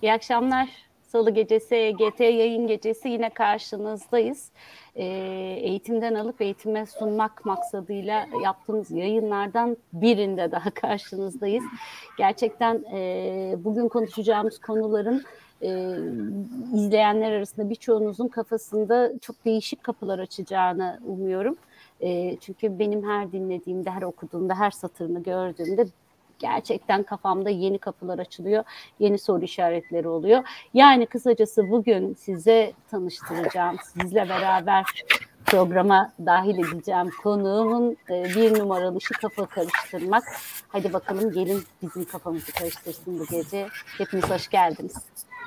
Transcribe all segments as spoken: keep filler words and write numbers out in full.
İyi akşamlar. Salı gecesi, E G T yayın gecesi yine karşınızdayız. E, eğitimden alıp eğitime sunmak maksadıyla yaptığımız yayınlardan birinde daha karşınızdayız. Gerçekten e, bugün konuşacağımız konuların e, izleyenler arasında birçoğunuzun kafasında çok değişik kapılar açacağını umuyorum. E, çünkü benim her dinlediğimde, her okuduğumda, her satırını gördüğümde gerçekten kafamda yeni kapılar açılıyor, yeni soru işaretleri oluyor. Yani kısacası bugün size tanıştıracağım, sizle beraber programa dahil edeceğim konuğumun e, bir numaralı işi kafa karıştırmak. Hadi bakalım gelin bizim kafamızı karıştırsın bu gece. Hepiniz hoş geldiniz.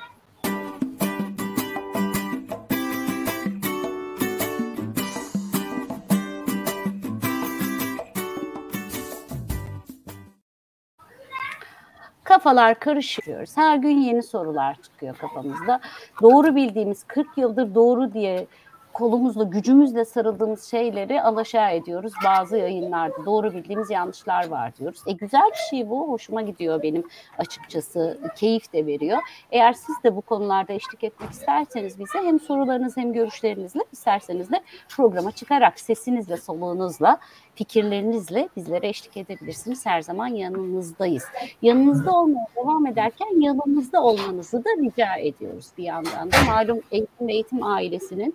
Kafalar karışıyoruz. Her gün yeni sorular çıkıyor kafamızda. Doğru bildiğimiz kırk yıldır doğru diye kolumuzla, gücümüzle sarıldığımız şeyleri alaşağı ediyoruz. Bazı yayınlarda doğru bildiğimiz yanlışlar var diyoruz. E güzel bir şey bu. Hoşuma gidiyor benim açıkçası. Keyif de veriyor. Eğer siz de bu konularda eşlik etmek isterseniz bize hem sorularınız hem görüşlerinizle isterseniz de programa çıkarak sesinizle, soluğunuzla, fikirlerinizle bizlere eşlik edebilirsiniz. Her zaman yanınızdayız. Yanınızda olmaya devam ederken yanımızda olmanızı da rica ediyoruz bir yandan da. Malum eğitim ve eğitim ailesinin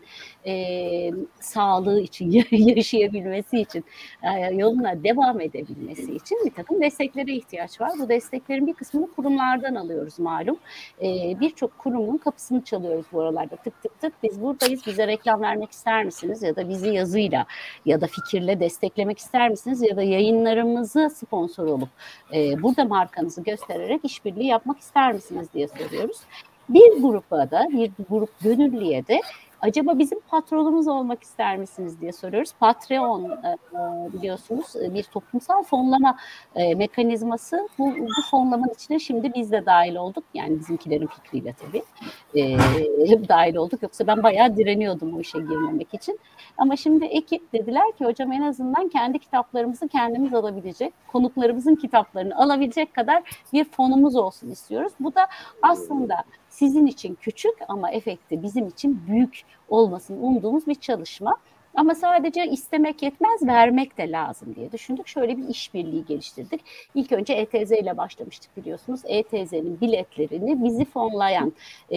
e, sağlığı için, yaşayabilmesi için, e, yoluna devam edebilmesi için bir takım desteklere ihtiyaç var. Bu desteklerin bir kısmını kurumlardan alıyoruz malum. E, Birçok kurumun kapısını çalıyoruz bu aralarda. Tık tık tık biz buradayız, bize reklam vermek ister misiniz? Ya da bizi yazıyla ya da fikirle desteklemek ister misiniz? Ya da yayınlarımızı sponsor olup e, burada markanızı göstererek işbirliği yapmak ister misiniz diye soruyoruz. Bir gruba da, bir grup gönüllüye de acaba bizim patronumuz olmak ister misiniz diye soruyoruz. Patreon e, biliyorsunuz bir toplumsal fonlama e, mekanizması. Bu, bu fonlamanın içine şimdi biz de dahil olduk. Yani bizimkilerin fikriyle tabii e, dahil olduk. Yoksa ben bayağı direniyordum o işe girmemek için. Ama şimdi ekip dediler ki hocam en azından kendi kitaplarımızı kendimiz alabilecek, konuklarımızın kitaplarını alabilecek kadar bir fonumuz olsun istiyoruz. Bu da aslında sizin için küçük ama efekti bizim için büyük olmasını umduğumuz bir çalışma. Ama sadece istemek yetmez, vermek de lazım diye düşündük. Şöyle bir işbirliği geliştirdik. İlk önce E T Z ile başlamıştık biliyorsunuz. E T Z'nin biletlerini bizi fonlayan, e,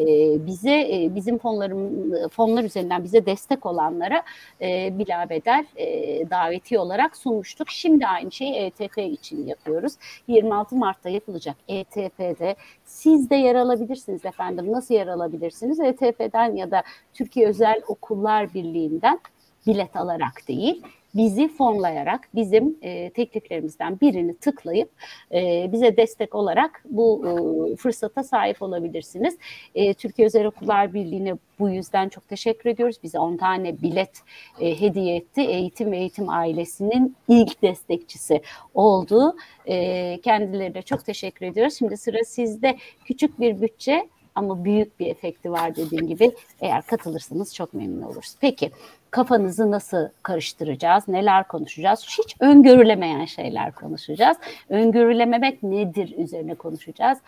bize e, bizim fonların fonlar üzerinden bize destek olanlara e, bilabedel e, daveti olarak sunmuştuk. Şimdi aynı şeyi E T P için yapıyoruz. yirmi altı Mart'ta yapılacak E T P'de siz de yer alabilirsiniz efendim. Nasıl yer alabilirsiniz? E T P'den ya da Türkiye Özel Okullar Birliği'nden bilet alarak değil, bizi fonlayarak, bizim e, tekliflerimizden birini tıklayıp e, bize destek olarak bu e, fırsata sahip olabilirsiniz. E, Türkiye Özel Okullar Birliği'ne bu yüzden çok teşekkür ediyoruz. Bize on tane bilet e, hediye etti. Eğitim ve eğitim ailesinin ilk destekçisi oldu. E, kendilerine çok teşekkür ediyoruz. Şimdi sıra sizde. Küçük bir bütçe ama büyük bir efekti var dediğim gibi. Eğer katılırsanız çok memnun oluruz. Peki kafanızı nasıl karıştıracağız? Neler konuşacağız? Hiç öngörülemeyen şeyler konuşacağız. Öngörülememek nedir üzerine konuşacağız.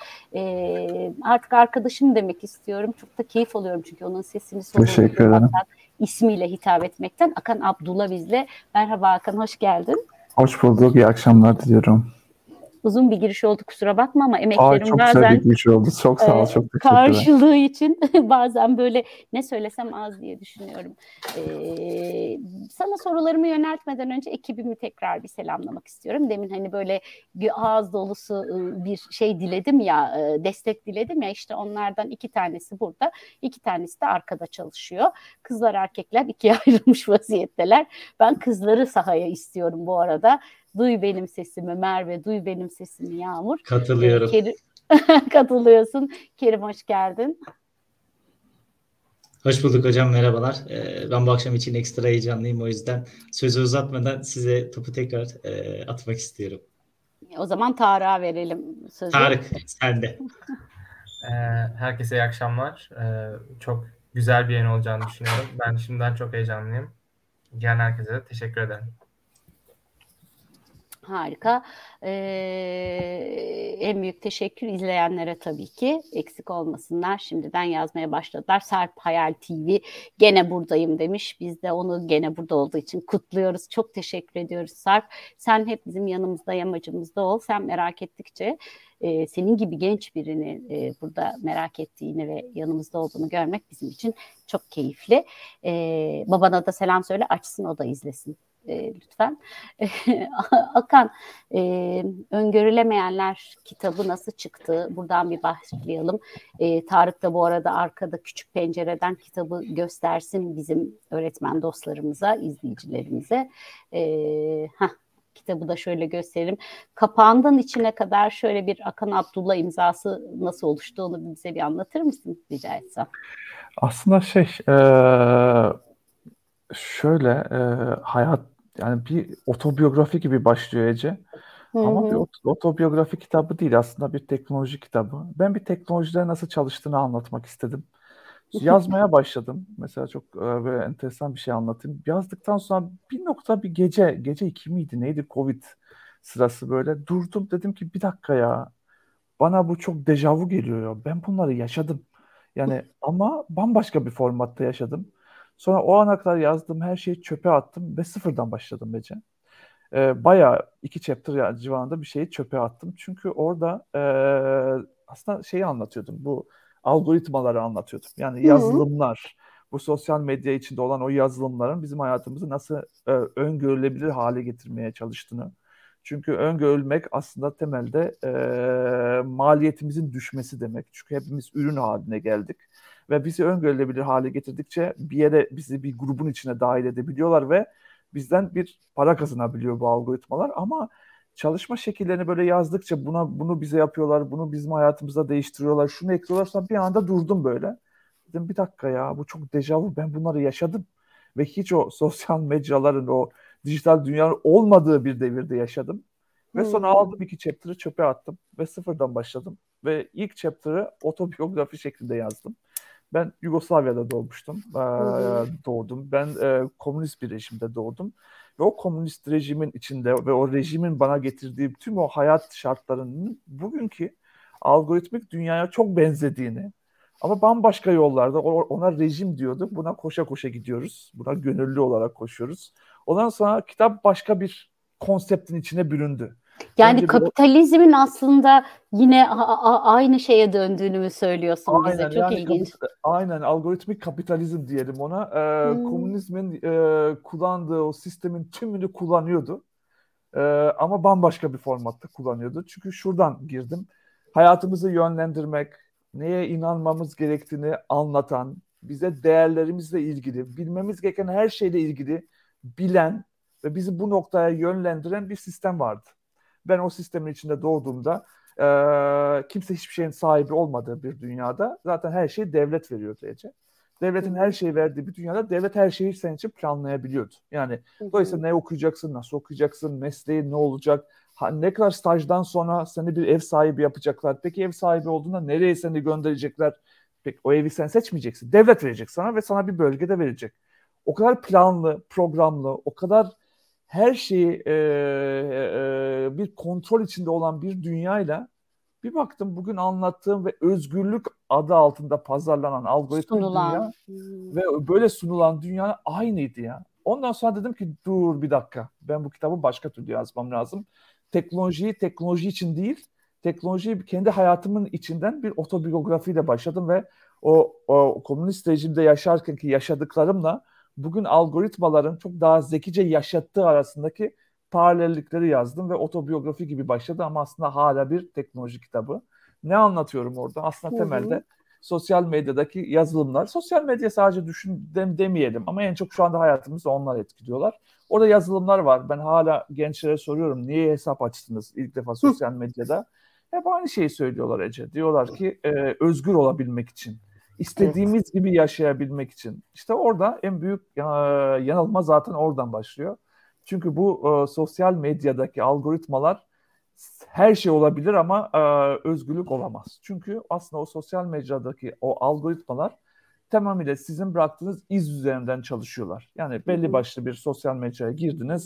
Ee, artık arkadaşım demek istiyorum. Çok da keyif alıyorum çünkü onun sesini soluğunu ismiyle hitap etmekten. Akan Abdullah bizle. Merhaba Akan, hoş geldin. Hoş bulduk, iyi akşamlar diliyorum. Uzun bir giriş oldu kusura bakma ama emeklerim Aa, çok bazen güzel bir giriş oldu. Çok sağ ol, e, çok teşekkürler. karşılığı için bazen böyle ne söylesem az diye düşünüyorum. Ee, sana sorularımı yöneltmeden önce ekibimi tekrar bir selamlamak istiyorum. Demin hani böyle ağız dolusu bir şey diledim ya, destek diledim ya, işte onlardan iki tanesi burada, iki tanesi de arkada çalışıyor. Kızlar erkekler ikiye ayrılmış vaziyetteler. Ben kızları sahaya istiyorum bu arada. Duy benim sesimi Merve, duy benim sesimi Yağmur. Katılıyorum. Ee, Katılıyorsun. Kerim hoş geldin. Hoş bulduk hocam, merhabalar. Ee, ben bu akşam için ekstra heyecanlıyım, o yüzden sözü uzatmadan size topu tekrar e, atmak istiyorum. O zaman Tarık'a verelim sözü. Tarık, sen de. Ee, herkese iyi akşamlar. Ee, çok güzel bir yayın olacağını düşünüyorum. Ben şimdiden çok heyecanlıyım. Gelen herkese de teşekkür ederim. Harika. Ee, en büyük teşekkür izleyenlere tabii ki. Eksik olmasınlar. Şimdiden yazmaya başladılar. Sarp Hayal T V gene buradayım demiş. Biz de onu gene burada olduğu için kutluyoruz. Çok teşekkür ediyoruz Sarp. Sen hep bizim yanımızda, yamacımızda ol. Sen merak ettikçe e, senin gibi genç birini e, burada merak ettiğini ve yanımızda olduğunu görmek bizim için çok keyifli. E, babana da selam söyle, açsın, o da izlesin. E, lütfen. Akan, e, Öngörülemeyenler kitabı nasıl çıktı? Buradan bir başlayalım. E, Tarık da bu arada arkada küçük pencereden kitabı göstersin bizim öğretmen dostlarımıza, izleyicilerimize. E, heh, kitabı da şöyle gösterelim. Kapağından içine kadar şöyle bir Akan Abdullah imzası nasıl oluştuğunu bize bir anlatır mısın rica etsem? Aslında şey eee, şöyle eee, hayat yani bir otobiyografi gibi başlıyor Ece. Hı Ama bir hı. ot- otobiyografi kitabı değil, aslında bir teknoloji kitabı. Ben bir teknolojide nasıl çalıştığını anlatmak istedim. Yazmaya başladım. Mesela çok e, böyle enteresan bir şey anlatayım. Yazdıktan sonra bir nokta, bir gece, gece iki miydi neydi, Covid sırası, böyle durdum, dedim ki bir dakika ya, bana bu çok dejavu geliyor ya. Ben bunları yaşadım. Yani ama bambaşka bir formatta yaşadım. Sonra o ana kadar yazdığım her şeyi çöpe attım ve sıfırdan başladım Ece. Ee, bayağı iki chapter ya- civarında bir şeyi çöpe attım. Çünkü orada e, aslında şeyi anlatıyordum. Bu algoritmaları anlatıyordum. Yani Hı. yazılımlar, bu sosyal medya içinde olan o yazılımların bizim hayatımızı nasıl e, öngörülebilir hale getirmeye çalıştığını. Çünkü öngörülmek aslında temelde e, maliyetimizin düşmesi demek. Çünkü hepimiz ürün haline geldik. Ve bizi öngörülebilir hale getirdikçe bir yere, bizi bir grubun içine dahil edebiliyorlar ve bizden bir para kazanabiliyor bu algoritmalar. Ama çalışma şekillerini böyle yazdıkça, buna bunu bize yapıyorlar, bunu bizim hayatımızda değiştiriyorlar, şunu ekliyorlar, sonra bir anda durdum böyle. Dedim bir dakika ya, bu çok dejavu, ben bunları yaşadım. Ve hiç o sosyal mecraların, o dijital dünyanın olmadığı bir devirde yaşadım. Ve sonra Hı. aldım iki chapter'ı çöpe attım ve sıfırdan başladım. Ve ilk chapter'ı otobiyografi şeklinde yazdım. Ben Yugoslavya'da doğmuştum, eee, Hı hı. doğdum. Ben eee, komünist bir rejimde doğdum. Ve o komünist rejimin içinde ve o rejimin bana getirdiği tüm o hayat şartlarının bugünkü algoritmik dünyaya çok benzediğini, ama bambaşka yollarda, ona rejim diyorduk, buna koşa koşa gidiyoruz. Buna gönüllü olarak koşuyoruz. Ondan sonra kitap başka bir konseptin içine büründü. Yani Önce bir o- kapitalizmin aslında yine a- a- aynı şeye döndüğünü mü söylüyorsun bize? aynen Çok yani ilginç. kapit- aynen algoritmik kapitalizm diyelim ona. Ee, Hmm. komünizmin e, kullandığı o sistemin tümünü kullanıyordu. Ee, ama bambaşka bir formatta kullanıyordu. Çünkü şuradan girdim. Hayatımızı yönlendirmek, neye inanmamız gerektiğini anlatan, bize değerlerimizle ilgili, bilmemiz gereken her şeyle ilgili bilen ve bizi bu noktaya yönlendiren bir sistem vardı. Ben o sistemin içinde doğduğumda e, kimse hiçbir şeyin sahibi olmadığı bir dünyada zaten her şeyi devlet veriyordu Ece. Hı Devletin her hı. şeyi verdiği bir dünyada devlet her şeyi senin için planlayabiliyordu. Yani Hı dolayısıyla hı. ne okuyacaksın, nasıl okuyacaksın, mesleğin ne olacak, ha, ne kadar stajdan sonra seni bir ev sahibi yapacaklar. Peki ev sahibi olduğunda nereye seni gönderecekler? Peki o evi sen seçmeyeceksin. Devlet verecek sana ve sana bir bölgede verecek. O kadar planlı, programlı, o kadar her şeyi e, e, bir kontrol içinde olan bir dünyayla bir baktım, bugün anlattığım ve özgürlük adı altında pazarlanan algoritmik Sunulan. dünya ve böyle sunulan dünya aynıydı ya. Ondan sonra dedim ki dur bir dakika, ben bu kitabı başka türlü yazmam lazım. Teknolojiyi teknoloji için değil, teknolojiyi kendi hayatımın içinden bir otobiyografiyle başladım ve o, o komünist rejimde yaşarkenki yaşadıklarımla bugün algoritmaların çok daha zekice yaşattığı arasındaki paralellikleri yazdım ve otobiyografi gibi başladı, ama aslında hala bir teknoloji kitabı. Ne anlatıyorum orada? Aslında Hı hı. temelde sosyal medyadaki yazılımlar, sosyal medya sadece düşün dem demeyelim, ama en çok şu anda hayatımızı onlar etkiliyorlar. Orada yazılımlar var. Ben hala gençlere soruyorum, niye hesap açtınız ilk defa Hı. sosyal medyada? Hep aynı şeyi söylüyorlar Ece. Diyorlar ki e, özgür olabilmek için, Evet. istediğimiz gibi yaşayabilmek için. İşte orada en büyük e, yanılma zaten oradan başlıyor. Çünkü bu e, sosyal medyadaki algoritmalar her şey olabilir ama e, özgürlük olamaz. Çünkü aslında o sosyal medyadaki o algoritmalar tamamıyla sizin bıraktığınız iz üzerinden çalışıyorlar. Yani Hı belli hı. başlı bir sosyal mecraya girdiniz.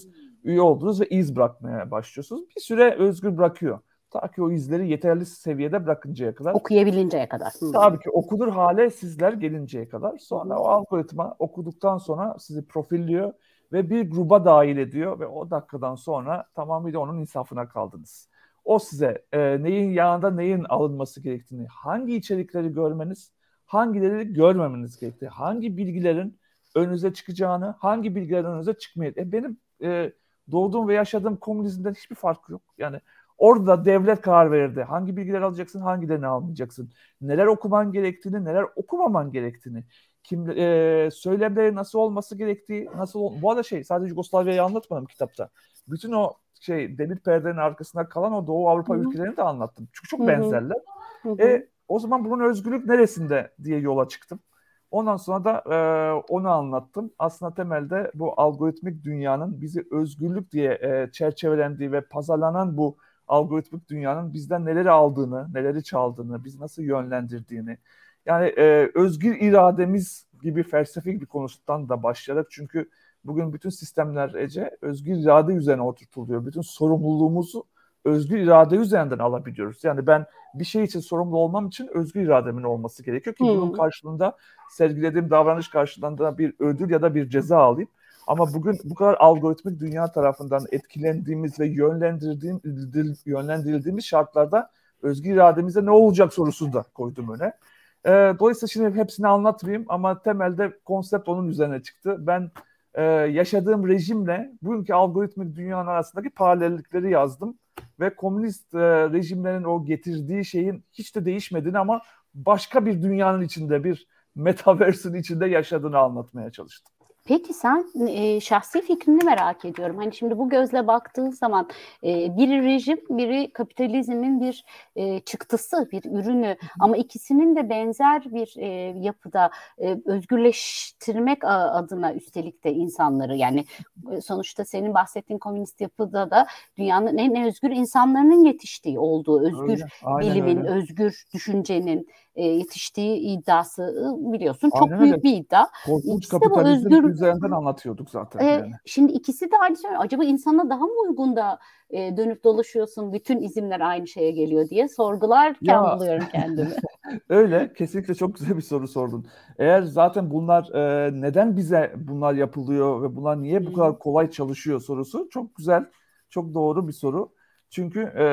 üye oldunuz ve iz bırakmaya başlıyorsunuz. Bir süre özgür bırakıyor. Ta ki o izleri yeterli seviyede bırakıncaya kadar. Okuyabilinceye kadar. Hı. Tabii ki okunur hale sizler gelinceye kadar. Sonra Hı hı. o algoritma okuduktan sonra sizi profilliyor ve bir gruba dahil ediyor ve o dakikadan sonra tamamıyla onun insafına kaldınız. O size e, neyin yanında neyin alınması gerektiğini, hangi içerikleri görmeniz, hangileri görmemeniz gerektiğini, hangi bilgilerin önünüze çıkacağını, hangi bilgilerin önünüze çıkmayacağını. E, benim e, doğduğum ve yaşadığım komünizmden hiçbir farkı yok. Yani orada devlet karar verirdi. Hangi bilgileri alacaksın, hangilerini almayacaksın. Neler okuman gerektiğini, neler okumaman gerektiğini. Kim, e, söylemleri nasıl olması gerektiği, nasıl ol- bu arada şey sadece Yugoslavya'yı anlatmadım kitapta. Bütün o şey demir perdenin arkasında kalan o Doğu Avrupa Hı hı. ülkelerini de anlattım. Çünkü çok Hı hı. benzerler. Hı hı. E, o zaman bunun özgürlük neresinde diye yola çıktım. Ondan sonra da e, onu anlattım. Aslında temelde bu algoritmik dünyanın bizi özgürlük diye e, çerçevelendiği ve pazarlanan bu algoritmik dünyanın bizden neleri aldığını, neleri çaldığını, biz nasıl yönlendirdiğini. Yani e, özgür irademiz gibi felsefik bir konudan da başlayarak, çünkü bugün bütün sistemler Ece özgür irade üzerine oturtuluyor. Bütün sorumluluğumuzu özgür irade üzerinden alabiliyoruz. Yani ben bir şey için sorumlu olmam için özgür irademin olması gerekiyor ki bunun Hı. karşılığında sergilediğim davranış karşılığında bir ödül ya da bir ceza alayım. Ama bugün bu kadar algoritmik dünya tarafından etkilendiğimiz ve yönlendirildiğimiz, yönlendirildiğimiz şartlarda özgür irademize ne olacak sorusunu da koydum öne. E, dolayısıyla şimdi hepsini anlatmayayım ama temelde konsept onun üzerine çıktı. Ben e, yaşadığım rejimle bugünkü algoritmik dünyanın arasındaki paralellikleri yazdım ve komünist e, rejimlerin o getirdiği şeyin hiç de değişmediğini ama başka bir dünyanın içinde, bir metaverse'in içinde yaşadığını anlatmaya çalıştım. Peki sen e, şahsi fikrini merak ediyorum. Hani şimdi bu gözle baktığın zaman e, biri rejim, biri kapitalizmin bir e, çıktısı, bir ürünü. Ama ikisinin de benzer bir e, yapıda e, özgürleştirmek a- adına üstelik de insanları, yani e, sonuçta senin bahsettiğin komünist yapıda da dünyanın en özgür insanların yetiştiği olduğu, özgür Öyle, aynen bilimin, öyle. özgür düşüncenin e, yetiştiği iddiası e, biliyorsun çok Aynen öyle. büyük bir iddia. Korkunç İkisi de bu kapitalizm özgür. üzerinden anlatıyorduk zaten E, yani. şimdi ikisi de aynı şey. Acaba insana daha mı uygun da e, dönüp dolaşıyorsun, bütün isimler aynı şeye geliyor diye sorgularken Ya buluyorum kendimi. öyle, kesinlikle çok güzel bir soru sordun. Eğer zaten bunlar e, neden bize bunlar yapılıyor ve bunlar niye bu Hı. kadar kolay çalışıyor sorusu çok güzel, çok doğru bir soru. Çünkü e,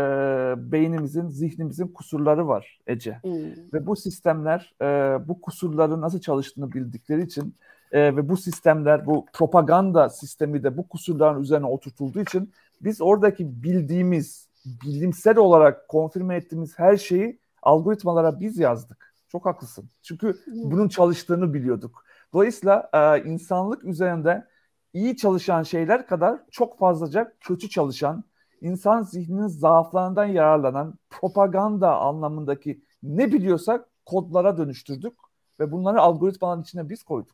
beynimizin, zihnimizin kusurları var Ece. Hı. Ve bu sistemler e, bu kusurların nasıl çalıştığını bildikleri için e, ve bu sistemler, bu propaganda sistemi de bu kusurların üzerine oturtulduğu için biz oradaki bildiğimiz, bilimsel olarak konfirme ettiğimiz her şeyi algoritmalara biz yazdık. Çok haklısın. Çünkü bunun çalıştığını biliyorduk. Dolayısıyla e, insanlık üzerinde iyi çalışan şeyler kadar çok fazlaca kötü çalışan, insan zihninin zaaflarından yararlanan propaganda anlamındaki ne biliyorsak kodlara dönüştürdük ve bunları algoritmaların içine biz koyduk.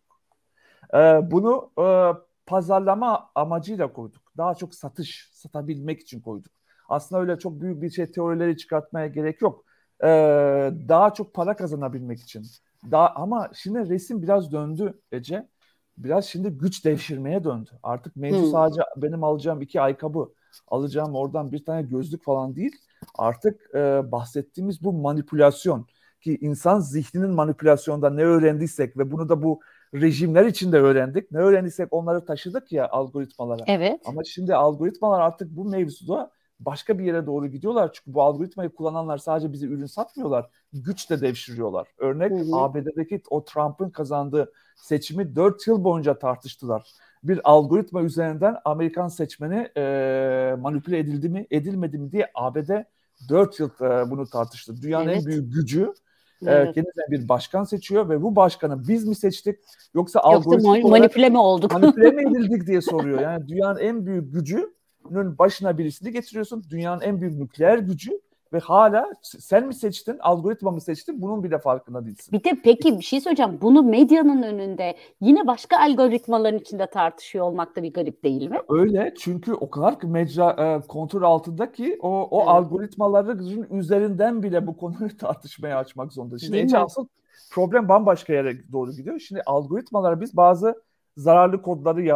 E, bunu e, pazarlama amacıyla koyduk. Daha çok satış, satabilmek için koyduk. Aslında öyle çok büyük bir şey teorileri çıkartmaya gerek yok. Ee, daha çok para kazanabilmek için. Daha, ama şimdi resim biraz döndü Ece. Biraz şimdi güç devşirmeye döndü. Artık mevzu Hmm. sadece benim alacağım iki ayakkabı, alacağım oradan bir tane gözlük falan değil. Artık e, bahsettiğimiz bu manipülasyon, ki insan zihninin manipülasyonda ne öğrendiysek ve bunu da bu rejimler içinde öğrendik. Ne öğrendiysek onları taşıdık ya algoritmalara. Evet. Ama şimdi algoritmalar artık bu mevzuda başka bir yere doğru gidiyorlar. Çünkü bu algoritmayı kullananlar sadece bize ürün satmıyorlar. Güç de devşiriyorlar. Örnek Hı hı. A B D'deki o Trump'ın kazandığı seçimi dört yıl boyunca tartıştılar. Bir algoritma üzerinden Amerikan seçmeni e, manipüle edildi mi edilmedi mi diye A B D dört yıl e, bunu tartıştı. Dünyanın Evet. en büyük gücü e, Evet. kendine bir başkan seçiyor ve bu başkanı biz mi seçtik yoksa Yoksa algoritmik ma- olarak manipüle mi olduk? manipüle mi edildik diye soruyor. Yani dünyanın en büyük gücünün başına birisini getiriyorsun. Dünyanın en büyük nükleer gücü ve hala sen mi seçtin, algoritma mı seçtin? Bunun bile farkında değilsin. Bir de peki bir şey söyleyeceğim. Bunu medyanın önünde yine başka algoritmaların içinde tartışıyor olmak da bir garip değil mi? Öyle, çünkü o kadar ki mecra e, kontrol altında ki o, o Evet. algoritmaların üzerinden bile bu konuyu tartışmaya açmak zorunda. Şimdi Değil Ece mi? asıl problem bambaşka yere doğru gidiyor. Şimdi algoritmalara biz bazı zararlı kodları yazdık.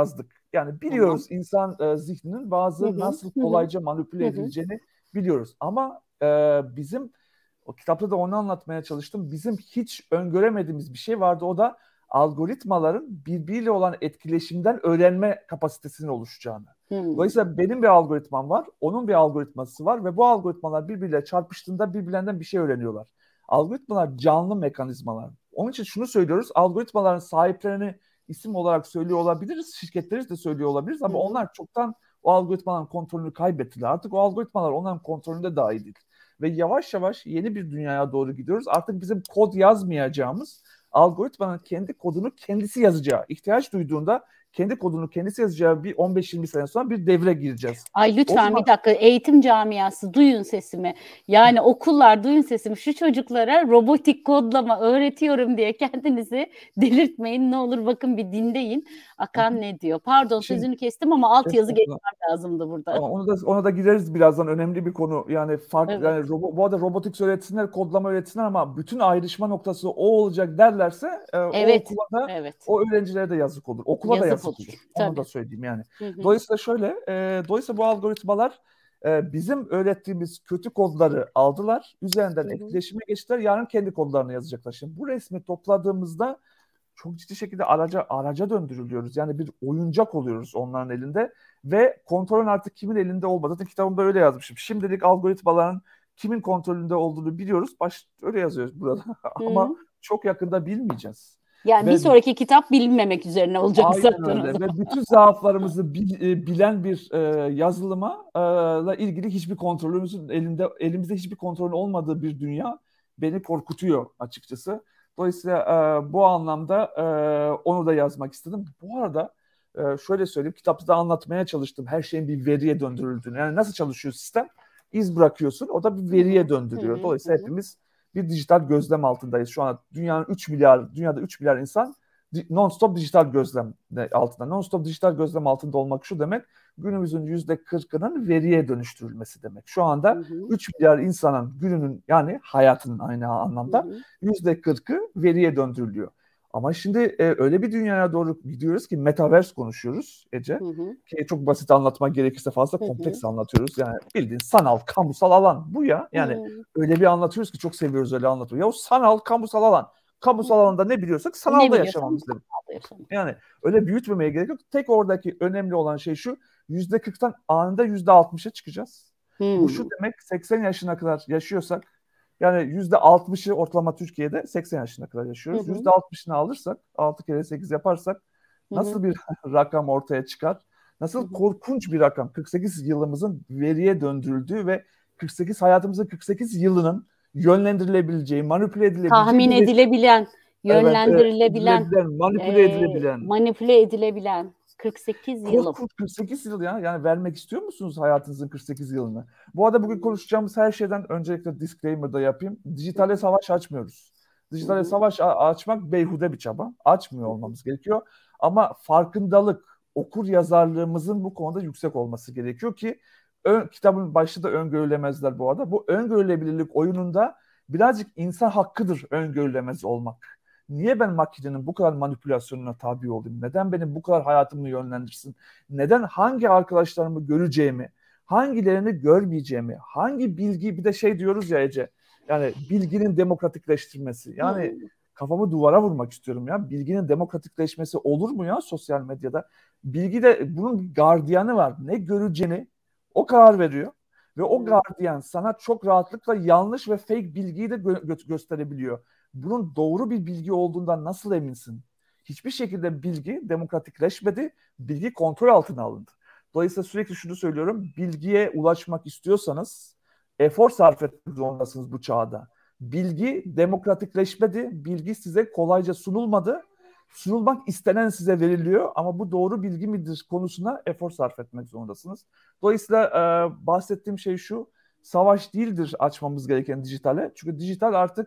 Yani biliyoruz Tamam. insan e, zihninin bazı Hı hı, nasıl hı hı, kolayca manipüle hı hı. edileceğini biliyoruz. Ama e, bizim o kitapta da onu anlatmaya çalıştım. Bizim hiç öngöremediğimiz bir şey vardı. O da algoritmaların birbiriyle olan etkileşimden öğrenme kapasitesinin oluşacağını. Hmm. Dolayısıyla benim bir algoritmam var, onun bir algoritması var ve bu algoritmalar birbiriyle çarpıştığında birbirlerinden bir şey öğreniyorlar. Algoritmalar canlı mekanizmalar. Onun için şunu söylüyoruz, algoritmaların sahiplerini isim olarak söylüyor olabiliriz, şirketleri de söylüyor olabiliriz ama Hı hı. onlar çoktan o algoritmaların kontrolünü kaybettiler. Artık o algoritmalar onların kontrolünde dahi değil. Ve yavaş yavaş yeni bir dünyaya doğru gidiyoruz. Artık bizim kod yazmayacağımız, algoritmanın kendi kodunu kendisi yazacağı, ihtiyaç duyduğunda kendi kodunu kendisi yazacağı bir on beş yirmi sene sonra bir devre gireceğiz. Ay O lütfen zaman bir dakika, eğitim camiası duyun sesimi. Yani okullar duyun sesimi. Şu çocuklara robotik kodlama öğretiyorum diye kendinizi delirtmeyin. Ne olur bakın bir dinleyin. Akan ne diyor? Pardon şimdi sözünü kestim ama altyazı estağfurullah. geçmem lazımdı burada. Ama onu da ona da gireriz birazdan. Önemli bir konu. Yani fark Evet. yani robo, bu arada robotik öğretsinler, kodlama öğretsinler ama bütün ayrışma noktası o olacak derlerse e, o Evet. okula da Evet. o öğrencilere de yazık olur. Okula da Yazık yazık olur. olur. Onu Tabii. da söyleyeyim yani. Hı hı. Dolayısıyla şöyle, e, dolayısıyla bu algoritmalar e, bizim öğrettiğimiz kötü kodları aldılar, üzerinden Hı hı. etkileşime geçtiler. Yarın kendi kodlarını yazacaklar. Şimdi bu resmi topladığımızda çok ciddi şekilde araca araca döndürülüyoruz. Yani bir oyuncak oluyoruz onların elinde ve kontrolün artık kimin elinde olmadığı. Zaten kitabımda öyle yazmışım. Şimdilik algoritmaların kimin kontrolünde olduğunu biliyoruz. Baş öyle yazıyoruz burada. Hı Ama hı. çok yakında bilmeyeceğiz. Yani bir Ve sonraki kitap bilinmemek üzerine olacak aynen zaten o öyle. zaman. Ve bütün zaaflarımızı bil- e, bilen bir e, yazılıma e, ile ilgili hiçbir kontrolümüzün elinde elimizde hiçbir kontrolün olmadığı bir dünya beni korkutuyor açıkçası. Dolayısıyla e, bu anlamda e, onu da yazmak istedim. Bu arada e, şöyle söyleyeyim, kitapta da anlatmaya çalıştım. Her şeyin bir veriye döndürüldüğünü. Yani nasıl çalışıyor sistem? İz bırakıyorsun, o da bir Hı veriye hı. Hı döndürüyor. hı. Hı Dolayısıyla hı. hepimiz bir dijital gözlem altındayız. Şu an dünyanın üç milyar, dünyada üç milyar insan non-stop dijital gözlem altında. Non-stop dijital gözlem altında olmak şu demek, günümüzün yüzde kırkının veriye dönüştürülmesi demek. Şu Hı anda hı. üç milyar insanın gününün yani hayatının aynı Hı anlamda hı. yüzde kırkı veriye döndürülüyor. Ama şimdi e, öyle bir dünyaya doğru gidiyoruz ki metaverse konuşuyoruz Ece. Hı hı. Ki çok basit anlatmak gerekirse fazla Hı hı. kompleks anlatıyoruz. Yani bildiğin sanal, kamusal alan bu ya. Yani Hı. öyle bir anlatıyoruz ki çok seviyoruz öyle anlatmayı. Ya o sanal, kamusal alan. Kamusal alanda ne biliyorsak Ne sanalda biliyorsam yaşamamız demek. sanalda yaşamak. Yani öyle büyütmemeye gerek yok. Tek oradaki önemli olan şey şu. yüzde kırktan anında yüzde altmışa çıkacağız. Bu şu Hmm. demek, seksen yaşına kadar yaşıyorsak yani yüzde altmışı ortalama Türkiye'de seksen yaşına kadar Hı yaşıyoruz. hı. yüzde altmışını alırsak, altı kere sekiz yaparsak Hı nasıl hı. bir rakam ortaya çıkar? Hı Nasıl hı. korkunç bir rakam. kırk sekiz yılımızın veriye döndürüldüğü ve kırk sekiz hayatımızın kırk sekiz yılının yönlendirilebileceği, manipüle edilebileceği Tahmin bir resim. edilebilen, Evet, evet, yönlendirilebilen, edilebilen, manipüle e, edilebilen. manipüle edilebilen kırk sekiz yılım. Korkunç kırk sekiz yıl ya. Yani vermek istiyor musunuz hayatınızın kırk sekiz yılını? Bu arada bugün konuşacağımız her şeyden öncelikle disclaimer da yapayım. Hı Dijitale hı. savaş açmıyoruz. Hı Dijitale hı. savaş a- açmak beyhude bir çaba. Açmıyor Hı hı. olmamız gerekiyor. Ama farkındalık, okur yazarlığımızın bu konuda yüksek olması gerekiyor ki ön, kitabın başta da öngörülemezler bu arada. Bu öngörülebilirlik oyununda birazcık insan hakkıdır öngörülemez olmak. Niye ben makinenin bu kadar manipülasyonuna tabi olayım? Neden benim bu kadar hayatımı yönlendirsin? Neden hangi arkadaşlarımı göreceğimi, hangilerini görmeyeceğimi, hangi bilgi bir de şey diyoruz ya Ece. Yani bilginin demokratikleştirmesi. Yani Hı. kafamı duvara vurmak istiyorum ya. Bilginin demokratikleşmesi olur mu ya sosyal medyada? Bilgi de bunun bir gardiyanı var. Ne göreceğini o karar veriyor. Ve o Hı. gardiyan sana çok rahatlıkla yanlış ve fake bilgiyi de gö- gösterebiliyor. Bunun doğru bir bilgi olduğundan nasıl eminsin? Hiçbir şekilde bilgi demokratikleşmedi. Bilgi kontrol altına alındı. Dolayısıyla sürekli şunu söylüyorum. Bilgiye ulaşmak istiyorsanız efor sarf etmek zorundasınız bu çağda. Bilgi demokratikleşmedi. Bilgi size kolayca sunulmadı. Sunulmak istenen size veriliyor ama bu doğru bilgi midir konusuna efor sarf etmek zorundasınız. Dolayısıyla e, bahsettiğim şey şu. Savaş değildir açmamız gereken dijitale. Çünkü dijital artık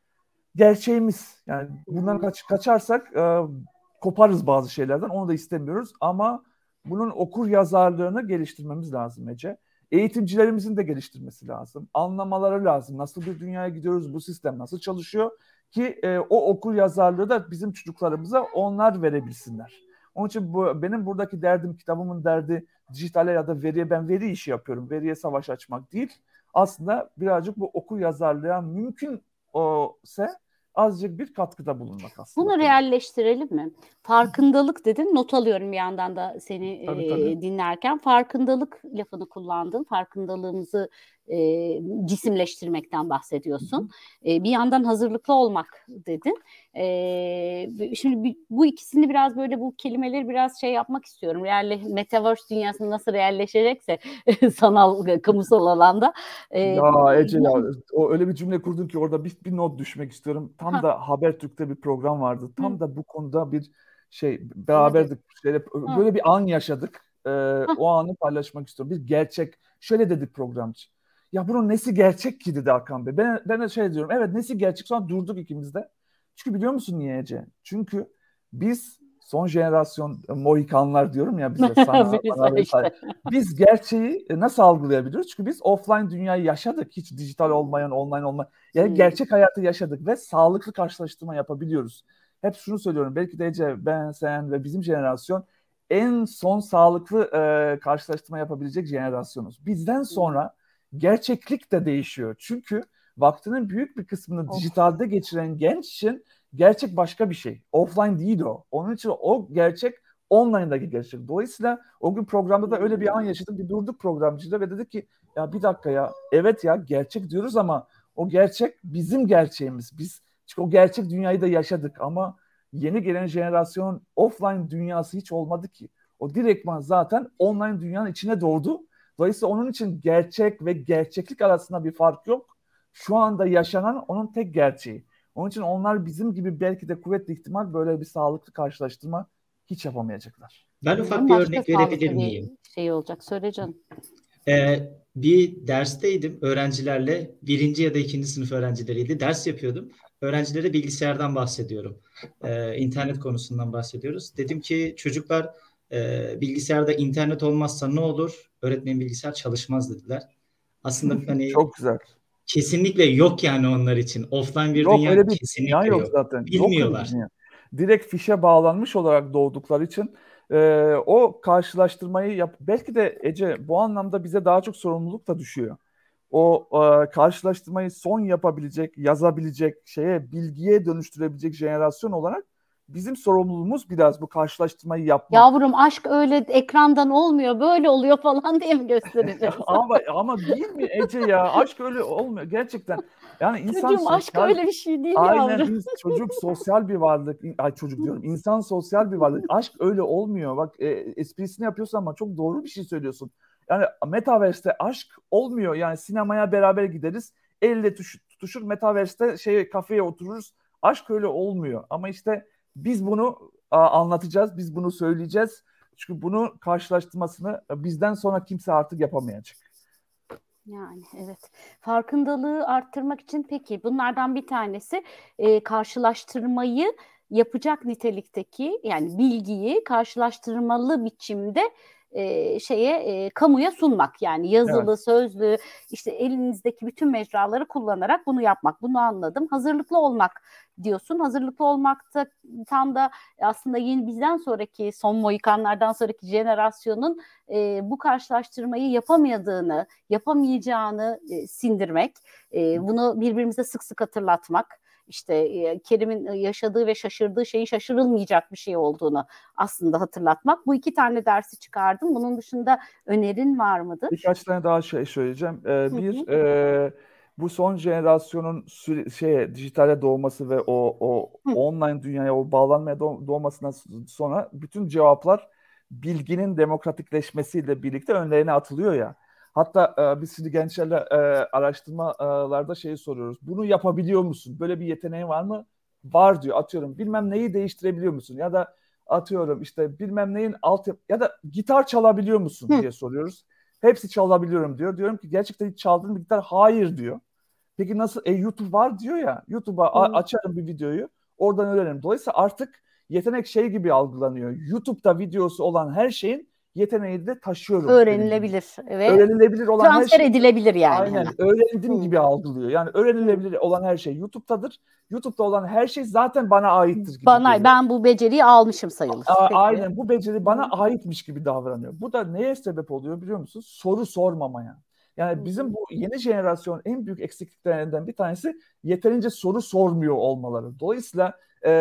gerçeğimiz. Yani bundan kaç, kaçarsak e, koparız bazı şeylerden. Onu da istemiyoruz. Ama bunun okur yazarlığını geliştirmemiz lazım Ece. Eğitimcilerimizin de geliştirmesi lazım. Anlamaları lazım. Nasıl bir dünyaya gidiyoruz? Bu sistem nasıl çalışıyor? Ki e, o okur yazarlığı da bizim çocuklarımıza onlar verebilsinler. Onun için bu, benim buradaki derdim, kitabımın derdi dijitale ya da veriye, ben veri işi yapıyorum. Veriye savaş açmak değil. Aslında birazcık bu okur yazarlığa mümkün olsa azıcık bir katkıda bulunmak aslında. Bunu realleştirelim mi? Farkındalık dedin. Not alıyorum bir yandan da seni Tabii, e, tabii. dinlerken. Farkındalık lafını kullandın. Farkındalığımızı e, cisimleştirmekten bahsediyorsun. E, bir yandan hazırlıklı olmak dedin. E, şimdi bi- bu ikisini biraz böyle, bu kelimeleri biraz şey yapmak istiyorum. Realle, Metaverse dünyasında nasıl realleşecekse sanal, kamusal alanda. E, Ya Ece, ya bu- o öyle bir cümle kurdun ki orada bir, bir not düşmek istiyorum. Tam Ha. da Habertürk'te bir program vardı. Tam Hı. da bu konuda bir şey Evet. beraberdik. Şöyle, Ha. böyle bir an yaşadık. Ee, Ha. o anı paylaşmak istiyorum. Bir gerçek. Şöyle dedi programcı. Ya bunun nesi gerçek ki dedi Hakan Bey. Ben, ben de şey diyorum. Evet, nesi gerçek? Sonra durduk ikimiz de. Çünkü biliyor musun niye Ece? Çünkü biz son jenerasyon e, Mohikanlar diyorum ya bize, sana, Birisi bana vesaire. işte. Biz gerçeği e, nasıl algılayabiliyoruz? Çünkü biz offline dünyayı yaşadık. Hiç dijital olmayan, online olmayan. Yani Hmm. gerçek hayatı yaşadık ve sağlıklı karşılaştırma yapabiliyoruz. Hep şunu söylüyorum. Belki de Ece, ben, sen ve bizim jenerasyon en son sağlıklı e, karşılaştırma yapabilecek jenerasyonuz. Bizden sonra gerçeklik de değişiyor. Çünkü vaktinin büyük bir kısmını Of. dijitalde geçiren genç için gerçek başka bir şey. Offline değil o. Onun için o gerçek online'daki gerçek. Dolayısıyla o gün programda da öyle bir an yaşadım. Bir durduk programcıyla ve dedik ki ya bir dakika ya, evet ya gerçek diyoruz ama o gerçek bizim gerçeğimiz. Biz çünkü o gerçek dünyayı da yaşadık ama yeni gelen jenerasyon offline dünyası hiç olmadı ki. O direktman zaten online dünyanın içine doğdu. Dolayısıyla onun için gerçek ve gerçeklik arasında bir fark yok. Şu anda yaşanan onun tek gerçeği. Onun için onlar bizim gibi belki de kuvvetli ihtimal böyle bir sağlıklı karşılaştırma hiç yapamayacaklar. Ben ufak Umarım bir başka örnek verebilir sağlıklı miyim? bir şey olacak. Söyle canım. Ee, bir dersteydim öğrencilerle. Birinci ya da ikinci sınıf öğrencileriydi. Ders yapıyordum. Öğrencilere bilgisayardan bahsediyorum. Ee, internet konusundan bahsediyoruz. Dedim ki çocuklar, e, bilgisayarda internet olmazsa ne olur? Öğretmenin bilgisayar çalışmaz dediler. Aslında hani Çok güzel. kesinlikle yok yani onlar için. Offline bir Yok, dünya öyle bir dünya kesinlikle yok yok. zaten. Yok öyle bir Bilmiyorlar. dünya. Direkt fişe bağlanmış olarak doğdukları için e, o karşılaştırmayı yap. Belki de Ece, bu anlamda bize daha çok sorumluluk da düşüyor. O e, karşılaştırmayı son yapabilecek, yazabilecek, şeye, bilgiye dönüştürebilecek jenerasyon olarak bizim sorumluluğumuz biraz bu karşılaştırmayı yapmak. Yavrum, aşk öyle ekrandan olmuyor, böyle oluyor falan diye mi göstereceğiz? ama ama değil mi Ece ya? Aşk öyle olmuyor gerçekten. Yani insan Çocuğum, aşk sosyal. öyle bir şey değil Aynen, yavrum. ins- çocuk sosyal bir varlık. İn- Ay çocuk diyorum. İnsan sosyal bir varlık. Aşk öyle olmuyor. Bak e, esprisini yapıyorsun ama çok doğru bir şey söylüyorsun. Yani Metaverse'te aşk olmuyor. Yani sinemaya beraber gideriz. Elle tuş- tutuşur. Metaverse'te şey, kafeye otururuz. Aşk öyle olmuyor. Ama işte biz bunu a, anlatacağız. Biz bunu söyleyeceğiz. Çünkü bunu karşılaştırmasını e, bizden sonra kimse artık yapamayacak. Yani evet. Farkındalığı arttırmak için peki bunlardan bir tanesi e, karşılaştırmayı yapacak nitelikteki, yani bilgiyi karşılaştırmalı biçimde e, şeye e, kamuya sunmak, yani yazılı, Evet. sözlü, işte elinizdeki bütün mecraları kullanarak bunu yapmak. Bunu anladım. Hazırlıklı olmak diyorsun. Hazırlıklı olmakta tam da aslında yeni, bizden sonraki, son Mohikanlardan sonraki jenerasyonun e, bu karşılaştırmayı yapamadığını, yapamayacağını e, sindirmek, e, bunu birbirimize sık sık hatırlatmak, işte e, Kerim'in yaşadığı ve şaşırdığı şeyin şaşırılmayacak bir şey olduğunu aslında hatırlatmak. Bu iki tane dersi çıkardım. Bunun dışında önerin var mıdır? Birkaç tane daha şey söyleyeceğim. Ee, Hı bir, hı. e, bu son jenerasyonun süre, şeye, dijitale doğması ve o, o Hı. online dünyaya, o bağlanmaya doğ- doğmasından sonra bütün cevaplar bilginin demokratikleşmesiyle birlikte önlerine atılıyor ya. Hatta e, biz şimdi gençlerle e, araştırmalarda şeyi soruyoruz. Bunu yapabiliyor musun? Böyle bir yeteneğin var mı? Var diyor. Atıyorum, bilmem neyi değiştirebiliyor musun? Ya da atıyorum işte bilmem neyin alt ya da gitar çalabiliyor musun Hı. diye soruyoruz. Hepsi çalabiliyorum diyor. Diyorum ki gerçekten hiç çaldığın bir gitar? Hayır diyor. Peki nasıl? E YouTube var diyor ya. YouTube'a a- Hı. açarım bir videoyu. Oradan öğrenirim. Dolayısıyla artık yetenek şey gibi algılanıyor. YouTube'da videosu olan her şeyin yeteneği de taşıyorum. Öğrenilebilir ve Öğrenilebilir olan her transfer şey. edilebilir yani. Aynen hemen. öğrendim Hı. gibi algılıyor. Yani öğrenilebilir olan her şey YouTube'dadır. YouTube'da olan her şey zaten bana aittir gibi Bana görüyor. ben bu beceriyi almışım sayılır. A- Peki. Aynen bu beceri bana Hı. aitmiş gibi davranıyor. Bu da neye sebep oluyor biliyor musun? Soru sormamaya. Yani Hı bizim hı. bu yeni jenerasyon en büyük eksikliklerinden bir tanesi yeterince soru sormuyor olmaları. Dolayısıyla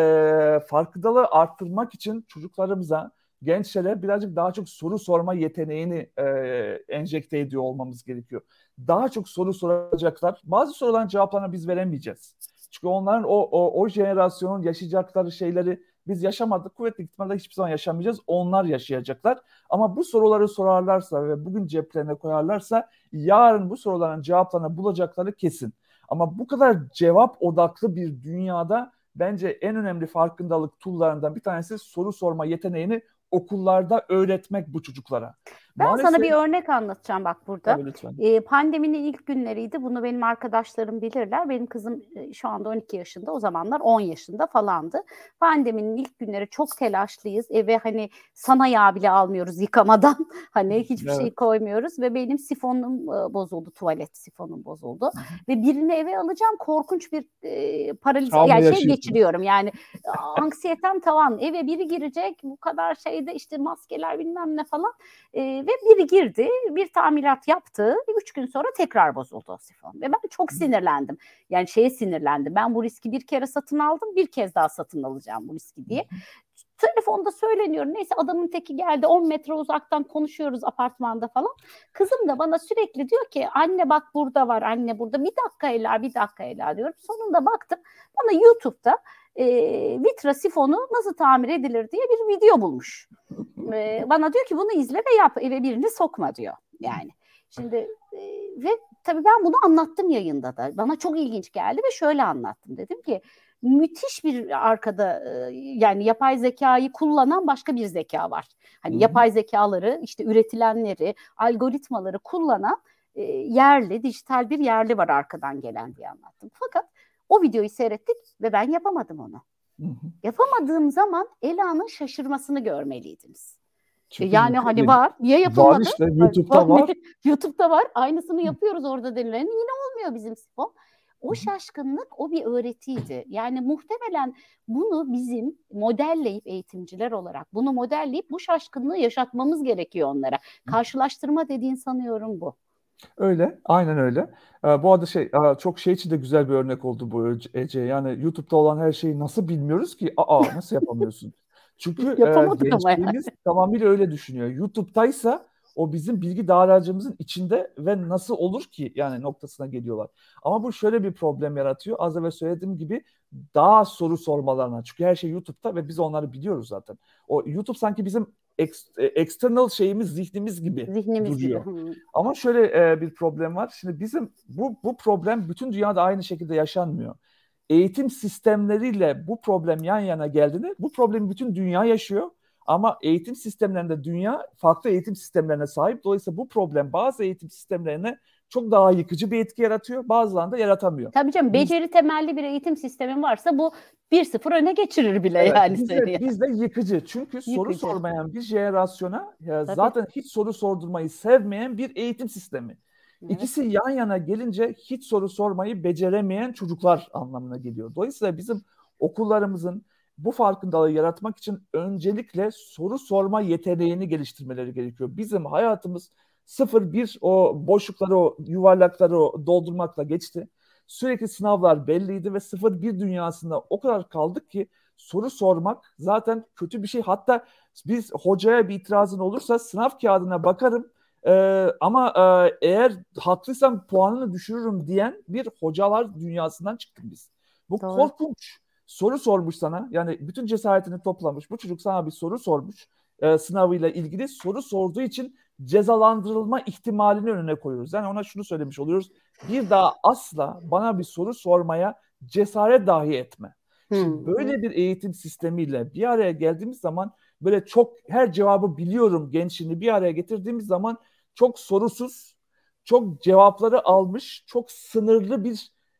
e, farkındalığı arttırmak için çocuklarımıza, gençlere birazcık daha çok soru sorma yeteneğini e, enjekte ediyor olmamız gerekiyor. Daha çok soru soracaklar. Bazı soruların cevaplarını biz veremeyeceğiz. Çünkü onların o o, o jenerasyonun yaşayacakları şeyleri biz yaşamadık. Kuvvetli ihtimalle hiçbir zaman yaşamayacağız. Onlar yaşayacaklar. Ama bu soruları sorarlarsa ve bugün ceplerine koyarlarsa yarın bu soruların cevaplarını bulacakları kesin. Ama bu kadar cevap odaklı bir dünyada bence en önemli farkındalık tool'larından bir tanesi soru sorma yeteneğini okullarda öğretmek bu çocuklara. Ben Maalesef, sana bir örnek anlatacağım bak burada. tabii lütfen. Ee, pandeminin ilk günleriydi. Bunu benim arkadaşlarım bilirler. Benim kızım e, şu anda on iki yaşında. O zamanlar on yaşında falandı. Pandeminin ilk günleri çok telaşlıyız. Eve hani sana yağ bile almıyoruz yıkamadan. Hani hiçbir Evet. şey koymuyoruz ve benim sifonum e, bozuldu. Tuvalet sifonum bozuldu. Ve birini eve alacağım. Korkunç bir e, paraliz Travma yani şey yaşıyorsun. geçiriyorum. Yani anksiyetem tavan. Eve biri girecek. Bu kadar şeyde işte maskeler bilmem ne falan. E, ve biri girdi, bir tamirat yaptı. Üç gün sonra tekrar bozuldu o sifon. Ve ben çok sinirlendim. Yani şeye sinirlendim. Ben bu riski bir kere satın aldım, bir kez daha satın alacağım bu riski diye. Telefonda söyleniyor. Neyse adamın teki geldi, on metre uzaktan konuşuyoruz apartmanda falan. Kızım da bana sürekli diyor ki anne bak burada var, anne burada. Bir dakika Ela, bir dakika Ela diyorum. Sonunda baktım bana YouTube'da e, vitra sifonu nasıl tamir edilir diye bir video bulmuş. E, bana diyor ki bunu izle ve yap, eve birini sokma diyor. Yani şimdi e, ve tabii ben bunu anlattım yayında da. Bana çok ilginç geldi ve şöyle anlattım. Dedim ki müthiş bir arkada e, yani yapay zekayı kullanan başka bir zeka var. Hani Hı hı. yapay zekaları işte üretilenleri, algoritmaları kullanan e, yerli, dijital bir yerli var arkadan gelen diye anlattım. Fakat o videoyu seyrettik ve ben yapamadım onu. Hı hı. Yapamadığım zaman Ela'nın şaşırmasını görmeliydiniz. Çünkü Yani mümkün hani değil. var. Niye Var yapılmadı? işte YouTube'da var. YouTube'da var. Aynısını yapıyoruz orada denilen. Yine olmuyor bizim sifon. O şaşkınlık o bir öğretiydi. Yani muhtemelen bunu bizim modelleyip eğitimciler olarak bunu modelleyip bu şaşkınlığı yaşatmamız gerekiyor onlara. Karşılaştırma dediğin sanıyorum bu. Öyle, aynen öyle. Ee, bu arada şey, e, çok şey için de güzel bir örnek oldu bu Ece. Yani YouTube'da olan her şeyi nasıl bilmiyoruz ki? Aa, nasıl yapamıyorsun? Çünkü e, Yapamadık ama yani. gençliğimiz tamamıyla öyle düşünüyor. YouTube'daysa o bizim bilgi dağarcığımızın içinde ve nasıl olur ki yani noktasına geliyorlar. Ama bu şöyle bir problem yaratıyor. Az evvel söylediğim gibi daha soru sormalarına. Çünkü her şey YouTube'da ve biz onları biliyoruz zaten. O YouTube sanki bizim ex, external şeyimiz, zihnimiz gibi Zihnimiz duruyor. gibi. Hı. Ama şöyle e, bir problem var. Şimdi bizim bu bu problem bütün dünyada aynı şekilde yaşanmıyor. Eğitim sistemleriyle bu problem yan yana geldiğinde bu problemi bütün dünya yaşıyor. Ama eğitim sistemlerinde dünya farklı eğitim sistemlerine sahip. Dolayısıyla bu problem bazı eğitim sistemlerine çok daha yıkıcı bir etki yaratıyor. Bazılarında yaratamıyor. Tabii canım Biz, beceri temelli bir eğitim sistemin varsa bu bir sıfır öne geçirir bile evet, yani bizde, seni. bizde yıkıcı. Çünkü soru Yıkıcı. sormayan bir jenerasyona ya Tabii. zaten hiç soru sordurmayı sevmeyen bir eğitim sistemi. Evet. İkisi yan yana gelince hiç soru sormayı beceremeyen çocuklar anlamına geliyor. Dolayısıyla bizim okullarımızın bu farkındalığı yaratmak için öncelikle soru sorma yeteneğini geliştirmeleri gerekiyor. Bizim hayatımız sıfır bir o boşlukları, o yuvarlakları o doldurmakla geçti. Sürekli sınavlar belliydi ve sıfır bir dünyasında o kadar kaldık ki soru sormak zaten kötü bir şey. Hatta biz hocaya bir itirazın olursa sınav kağıdına bakarım. Ee, ama e, eğer haklıysam puanını düşürürüm diyen bir hocalar dünyasından çıktık biz. Bu Doğru. korkunç. Soru sormuş sana. Yani bütün cesaretini toplamış. Bu çocuk sana bir soru sormuş. E, sınavıyla ilgili soru sorduğu için cezalandırılma ihtimalini önüne koyuyoruz. Yani ona şunu söylemiş oluyoruz. Bir daha asla bana bir soru sormaya cesaret dahi etme. Şimdi böyle bir eğitim sistemiyle bir araya geldiğimiz zaman böyle çok her cevabı biliyorum gençliğini bir araya getirdiğimiz zaman çok sorusuz, çok cevapları almış, çok sınırlı bir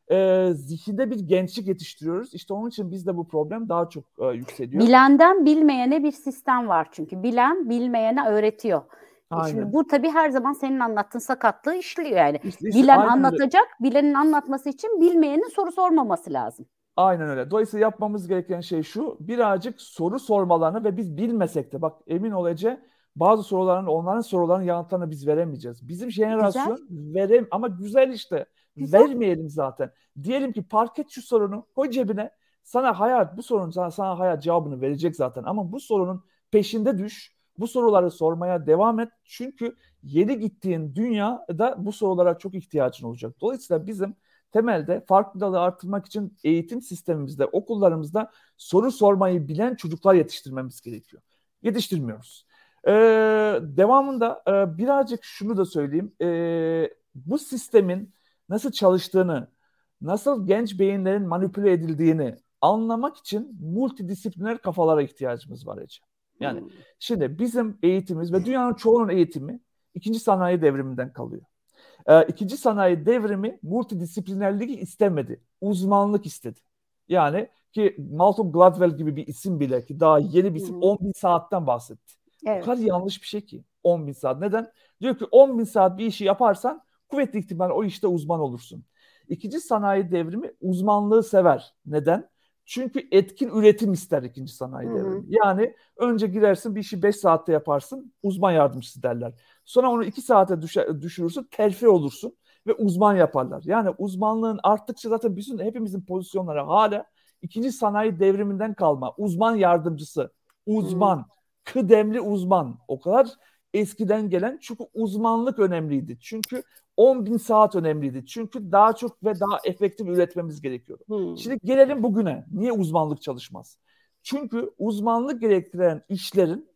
e, zihinde bir gençlik yetiştiriyoruz. İşte onun için bizde bu problem daha çok e, yükseliyor. Bilenden bilmeyene bir sistem var çünkü. Bilen bilmeyene öğretiyor. E Şimdi Aynen. bu tabii her zaman senin anlattığın sakatlığı işliyor yani. İşte, işte Bilen aynen öyle. anlatacak, bilenin anlatması için bilmeyenin soru sormaması lazım. Aynen öyle. Dolayısıyla yapmamız gereken şey şu, birazcık soru sormalarını ve biz bilmesek de, bak emin ol Ece, bazı soruların, onların sorularının yanıtlarını biz veremeyeceğiz. Bizim jenerasyon verem ama güzel işte. Güzel. Vermeyelim zaten. Diyelim ki fark et şu sorunu, koy cebine. Sana hayat, bu sorunun sana, sana hayat cevabını verecek zaten. Ama bu sorunun peşinde düş. Bu soruları sormaya devam et. Çünkü yeni gittiğin dünyada bu sorulara çok ihtiyacın olacak. Dolayısıyla bizim temelde farkındalığı artırmak için eğitim sistemimizde, okullarımızda soru sormayı bilen çocuklar yetiştirmemiz gerekiyor. Yetiştirmiyoruz. Ee, devamında e, birazcık şunu da söyleyeyim. Ee, bu sistemin nasıl çalıştığını, nasıl genç beyinlerin manipüle edildiğini anlamak için multidisipliner kafalara ihtiyacımız var Ece. Yani Hmm. şimdi bizim eğitimimiz ve dünyanın çoğunun eğitimi ikinci sanayi devriminden kalıyor. Ee, ikinci sanayi devrimi multidisiplinerlik istemedi. Uzmanlık istedi. Yani ki Malcolm Gladwell gibi bir isim bile, ki daha yeni bir isim, Hı hı. on bin saatten bahsetti. Evet. O kadar yanlış bir şey ki on bin saat. Neden? Diyor ki on bin saat bir işi yaparsan kuvvetli ihtimal o işte uzman olursun. İkinci sanayi devrimi uzmanlığı sever. Neden? Çünkü etkin üretim ister ikinci sanayi Hı hı. devrimi. Yani önce girersin, bir işi beş saatte yaparsın, uzman yardımcısı derler. Sonra onu iki saate düşe, düşürürsün, terfi olursun ve uzman yaparlar. Yani uzmanlığın arttıkça zaten bütün hepimizin pozisyonları hala ikinci sanayi devriminden kalma. Uzman yardımcısı, uzman, kıdemli uzman. O kadar eskiden gelen, çünkü uzmanlık önemliydi. Çünkü on bin saat önemliydi. Çünkü daha çok ve daha efektif üretmemiz gerekiyordu. Hmm. Şimdi gelelim bugüne. Niye uzmanlık çalışmaz? Çünkü uzmanlık gerektiren işlerin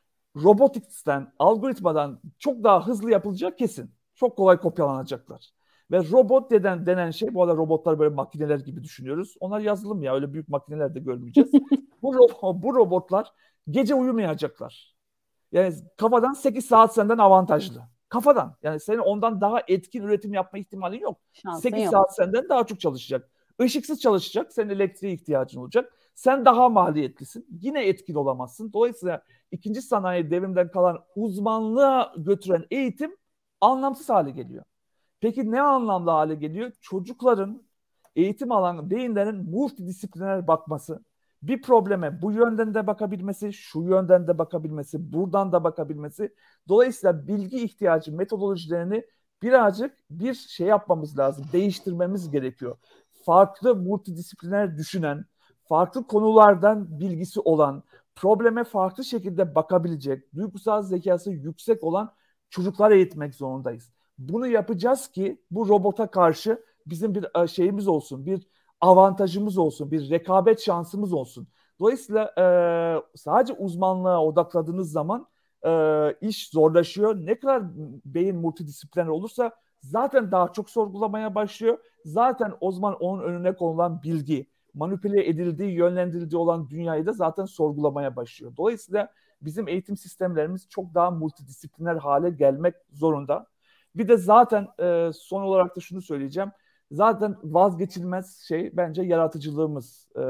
robotiksten, algoritmadan çok daha hızlı yapılacağı kesin. Çok kolay kopyalanacaklar. Ve robot denen, denen şey, bu arada robotlar böyle makineler gibi düşünüyoruz. Onlar yazılım ya, öyle büyük makineler de görmeyeceğiz. bu, ro- bu robotlar gece uyumayacaklar. Yani kafadan sekiz saat senden avantajlı. Kafadan. Yani senin ondan daha etkin üretim yapma ihtimalin yok. Şansın sekiz yok. saat senden daha çok çalışacak. Işıksız çalışacak. Senin elektriğe ihtiyacın olacak. Sen daha maliyetlisin. Yine etkin olamazsın. Dolayısıyla ikinci sanayi devriminden kalan uzmanlığa götüren eğitim anlamsız hale geliyor. Peki ne anlamlı hale geliyor? Çocukların eğitim alan beyinlerin multidisipliner bakması, bir probleme bu yönden de bakabilmesi, şu yönden de bakabilmesi, buradan da bakabilmesi. Dolayısıyla bilgi ihtiyacı metodolojilerini birazcık bir şey yapmamız lazım, değiştirmemiz gerekiyor. Farklı multidisipliner düşünen, farklı konulardan bilgisi olan, probleme farklı şekilde bakabilecek, duygusal zekası yüksek olan çocuklar eğitmek zorundayız. Bunu yapacağız ki bu robota karşı bizim bir şeyimiz olsun, bir avantajımız olsun, bir rekabet şansımız olsun. Dolayısıyla e, sadece uzmanlığa odakladığınız zaman e, iş zorlaşıyor. Ne kadar beyin multidisipliner olursa zaten daha çok sorgulamaya başlıyor. Zaten o zaman onun önüne konulan bilgi, manipüle edildiği, yönlendirildiği olan dünyayı da zaten sorgulamaya başlıyor. Dolayısıyla bizim eğitim sistemlerimiz çok daha multidisipliner hale gelmek zorunda. Bir de zaten e, son olarak da şunu söyleyeceğim. Zaten vazgeçilmez şey bence yaratıcılığımız e,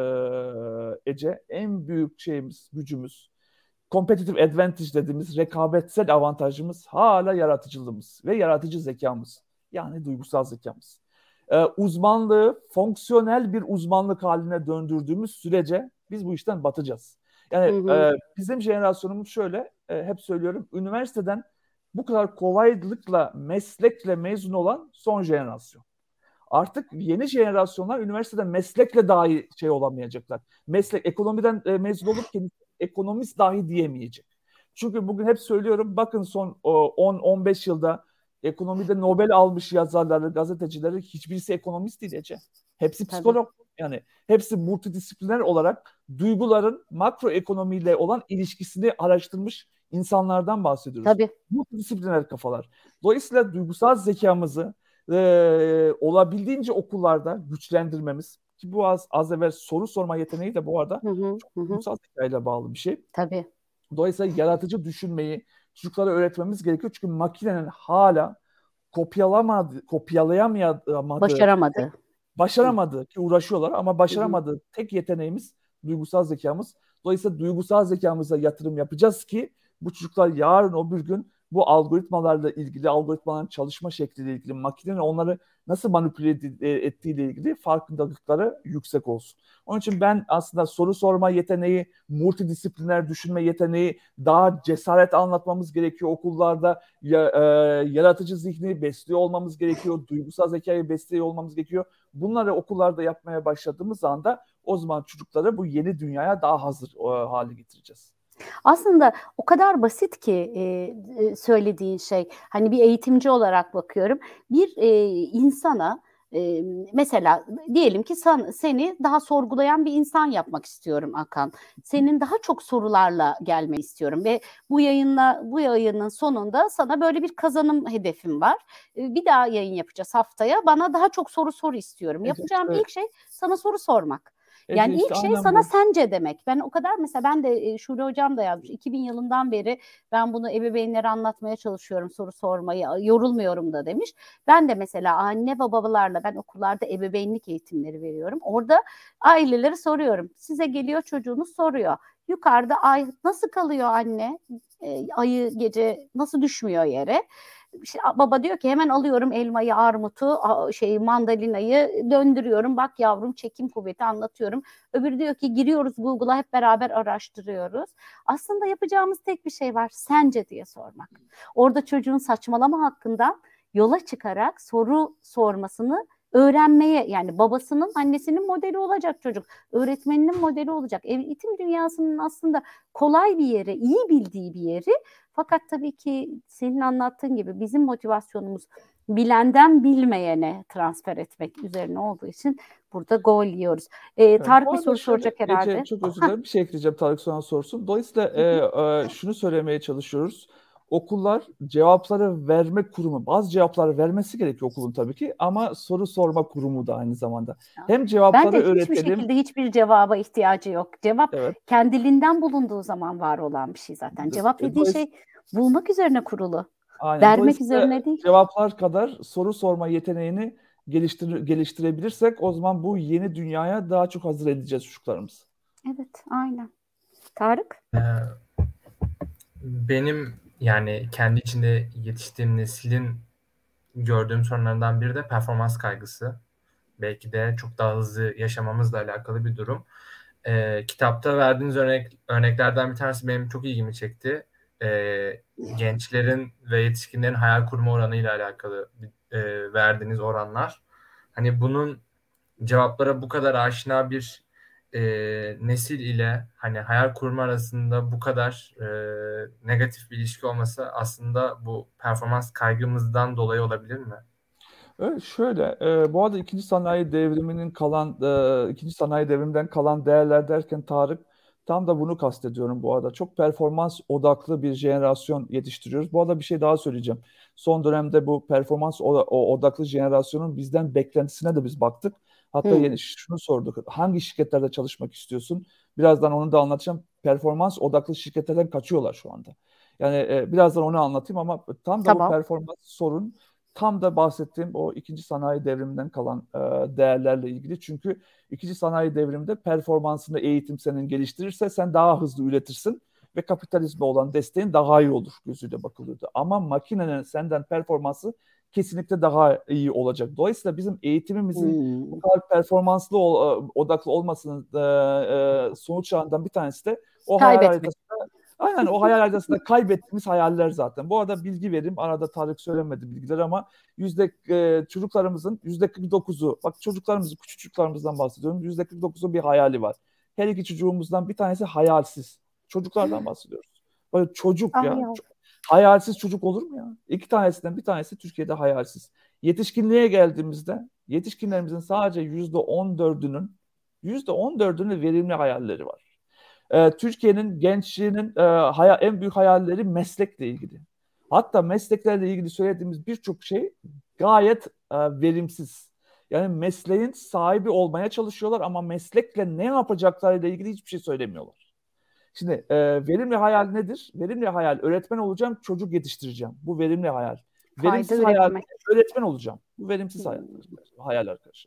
Ece. En büyük şeyimiz, gücümüz, competitive advantage dediğimiz rekabetsel avantajımız hala yaratıcılığımız ve yaratıcı zekamız. Yani duygusal zekamız. Ee, uzmanlığı fonksiyonel bir uzmanlık haline döndürdüğümüz sürece biz bu işten batacağız. Yani Hı hı. e, bizim jenerasyonumuz şöyle, e, hep söylüyorum, üniversiteden bu kadar kolaylıkla meslekle mezun olan son jenerasyon. Artık yeni jenerasyonlar üniversiteden meslekle dahi şey olamayacaklar. Meslek, ekonomiden e, mezun olup kendisi ekonomist dahi diyemeyecek. Çünkü bugün hep söylüyorum, bakın son on on beş yılda ekonomide Nobel almış yazarları, gazetecileri hiçbirisi ekonomist değil Ece. Hepsi Tabii. psikolog. Yani hepsi multidisipliner olarak duyguların makro ekonomiyle olan ilişkisini araştırmış insanlardan bahsediyoruz. Tabii. Multidisipliner kafalar. Dolayısıyla duygusal zekamızı e, olabildiğince okullarda güçlendirmemiz, ki bu az, az evvel soru sorma yeteneği de bu arada Hı hı. çok Hı hı. duygusal zekayla bağlı bir şey. Tabii. Dolayısıyla yaratıcı düşünmeyi çocuklara öğretmemiz gerekiyor. Çünkü makinenin hala kopyalamadı, kopyalayamadığı, Başaramadı. Başaramadığı ki uğraşıyorlar ama başaramadığı tek yeteneğimiz duygusal zekamız. Dolayısıyla duygusal zekamıza yatırım yapacağız ki bu çocuklar yarın o bir gün bu algoritmalarla ilgili, algoritmaların çalışma şekliyle ilgili, makinenin onları nasıl manipüle ettiğiyle ilgili farkındalıkları yüksek olsun. Onun için ben aslında soru sorma yeteneği, multidisipliner düşünme yeteneği, daha cesaret anlatmamız gerekiyor okullarda, ya, e, yaratıcı zihni besliyor olmamız gerekiyor, duygusal zekayı besliyor olmamız gerekiyor. Bunları okullarda yapmaya başladığımız anda o zaman çocukları bu yeni dünyaya daha hazır e, hale getireceğiz. Aslında o kadar basit ki e, söylediğin şey. Hani bir eğitimci olarak bakıyorum. Bir e, insana e, mesela diyelim ki sen, seni daha sorgulayan bir insan yapmak istiyorum Hakan. Senin daha çok sorularla gelmeyi istiyorum ve bu yayınla bu yayının sonunda sana böyle bir kazanım hedefim var. E, bir daha yayın yapacağız haftaya. Bana daha çok soru soru istiyorum. Evet, Yapacağım evet. ilk şey sana soru sormak. Ece, Yani işte ilk şey aynen sana bu. sence demek. Ben o kadar mesela ben de e, Şule Hocam da yazmış. iki bin yılından beri ben bunu ebeveynlere anlatmaya çalışıyorum, soru sormayı, yorulmuyorum da demiş. Ben de mesela anne babalarla ben okullarda ebeveynlik eğitimleri veriyorum. Orada aileleri soruyorum. Size geliyor çocuğunuz soruyor. Yukarıda ay nasıl kalıyor anne? E, ayı gece nasıl düşmüyor yere? İşte baba diyor ki hemen alıyorum elmayı, armutu, şeyi, mandalinayı döndürüyorum. Bak yavrum çekim kuvveti anlatıyorum. Öbürü diyor ki giriyoruz Google'a hep beraber araştırıyoruz. Aslında yapacağımız tek bir şey var. Sence diye sormak. Orada çocuğun saçmalama hakkından yola çıkarak soru sormasını öğrenmeye, yani babasının, annesinin modeli olacak çocuk. Öğretmeninin modeli olacak. Eğitim dünyasının aslında kolay bir yeri, iyi bildiği bir yeri. Fakat tabii ki senin anlattığın gibi bizim motivasyonumuz bilenden bilmeyene transfer etmek üzerine olduğu için burada gol yiyoruz. Ee, Tarık Bu bir arada soru şöyle, soracak herhalde. Ece çok özür dilerim, bir şey ekleyeceğim Tarık sonra sorsun. Dolayısıyla e, e, şunu söylemeye çalışıyoruz. Okullar cevapları verme kurumu. Bazı cevapları vermesi gerekiyor okulun tabii ki ama soru sorma kurumu da aynı zamanda. Hem cevapları Bence hiçbir öğretelim. şekilde hiçbir cevaba ihtiyacı yok. Cevap Evet. kendiliğinden bulunduğu zaman var olan bir şey zaten. Cevap dediğin Dolayısıyla, şey bulmak üzerine kurulu. aynen. Vermek Dolayısıyla üzerine değil. cevaplar kadar soru sorma yeteneğini geliştir geliştirebilirsek o zaman bu yeni dünyaya daha çok hazır edeceğiz çocuklarımızı. Evet, aynen. Tarık? Ee, benim yani kendi içinde yetiştiğim neslin gördüğüm sorunlarından biri de performans kaygısı. Belki de çok daha hızlı yaşamamızla alakalı bir durum. Ee, kitapta verdiğiniz örnek, örneklerden bir tanesi benim çok ilgimi çekti. Ee, gençlerin ve yetişkinlerin hayal kurma oranı ile alakalı e, verdiğiniz oranlar. Hani bunun cevaplara bu kadar aşina bir e, nesil ile hani hayal kurma arasında bu kadar e, negatif bir ilişki olması aslında bu performans kaygımızdan dolayı olabilir mi? Evet, şöyle, e, bu arada ikinci sanayi devriminin kalan, e, ikinci sanayi devriminden kalan değerler derken Tarık, tam da bunu kastediyorum bu arada. Çok performans odaklı bir jenerasyon yetiştiriyoruz. Bu arada bir şey daha söyleyeceğim. Son dönemde bu performans o- o- odaklı jenerasyonun bizden beklentisine de biz baktık. Hatta Hmm. yeni şunu sorduk. Hangi şirketlerde çalışmak istiyorsun? Birazdan onu da anlatacağım. Performans odaklı şirketlerden kaçıyorlar şu anda. Yani e, birazdan onu anlatayım ama tam da bu Tamam. performans sorun tam da bahsettiğim o ikinci sanayi devriminden kalan e, değerlerle ilgili. Çünkü ikinci sanayi devriminde performansını eğitim senin geliştirirse sen daha hızlı üretirsin ve kapitalizme olan desteğin daha iyi olur gözüyle bakılıyordu. Ama makinenin senden performansı kesinlikle daha iyi olacak. Dolayısıyla bizim eğitimimizin Hmm. bu kadar performanslı ol, odaklı olmasının e, e, sonuçlarından bir tanesi de o hayal Kaybetmek. haritasında. Aynen, o hayal haritasında kaybettiğimiz hayaller zaten. Bu arada bilgi vereyim. Arada Tarık söylemedi bilgileri ama yüzde e, çocuklarımızın yüzde kırk dokuzu, bak çocuklarımızın, küçük çocuklarımızdan bahsediyorum. Yüzde kırk dokuzu bir hayali var. Her iki çocuğumuzdan bir tanesi hayalsiz. Çocuklardan bahsediyoruz. Böyle çocuk Ah ya. ya. Ço- hayalsiz çocuk olur mu ya? İki tanesinden bir tanesi Türkiye'de hayalsiz. Yetişkinliğe geldiğimizde yetişkinlerimizin sadece yüzde on dördünün yüzde on dördünün verimli hayalleri var. Ee, Türkiye'nin gençliğinin e, haya- en büyük hayalleri meslekle ilgili. Hatta mesleklerle ilgili söylediğimiz birçok şey gayet e, verimsiz. Yani mesleğin sahibi olmaya çalışıyorlar ama meslekle ne yapacaklarıyla ilgili hiçbir şey söylemiyorlar. Şimdi e, verimli hayal nedir? Verimli hayal, öğretmen olacağım, çocuk yetiştireceğim. Bu verimli hayal. Fayda Verimsiz hayal, üretmek. öğretmen olacağım. Bu verimsiz hayal, Hmm. hayal arkadaşlar.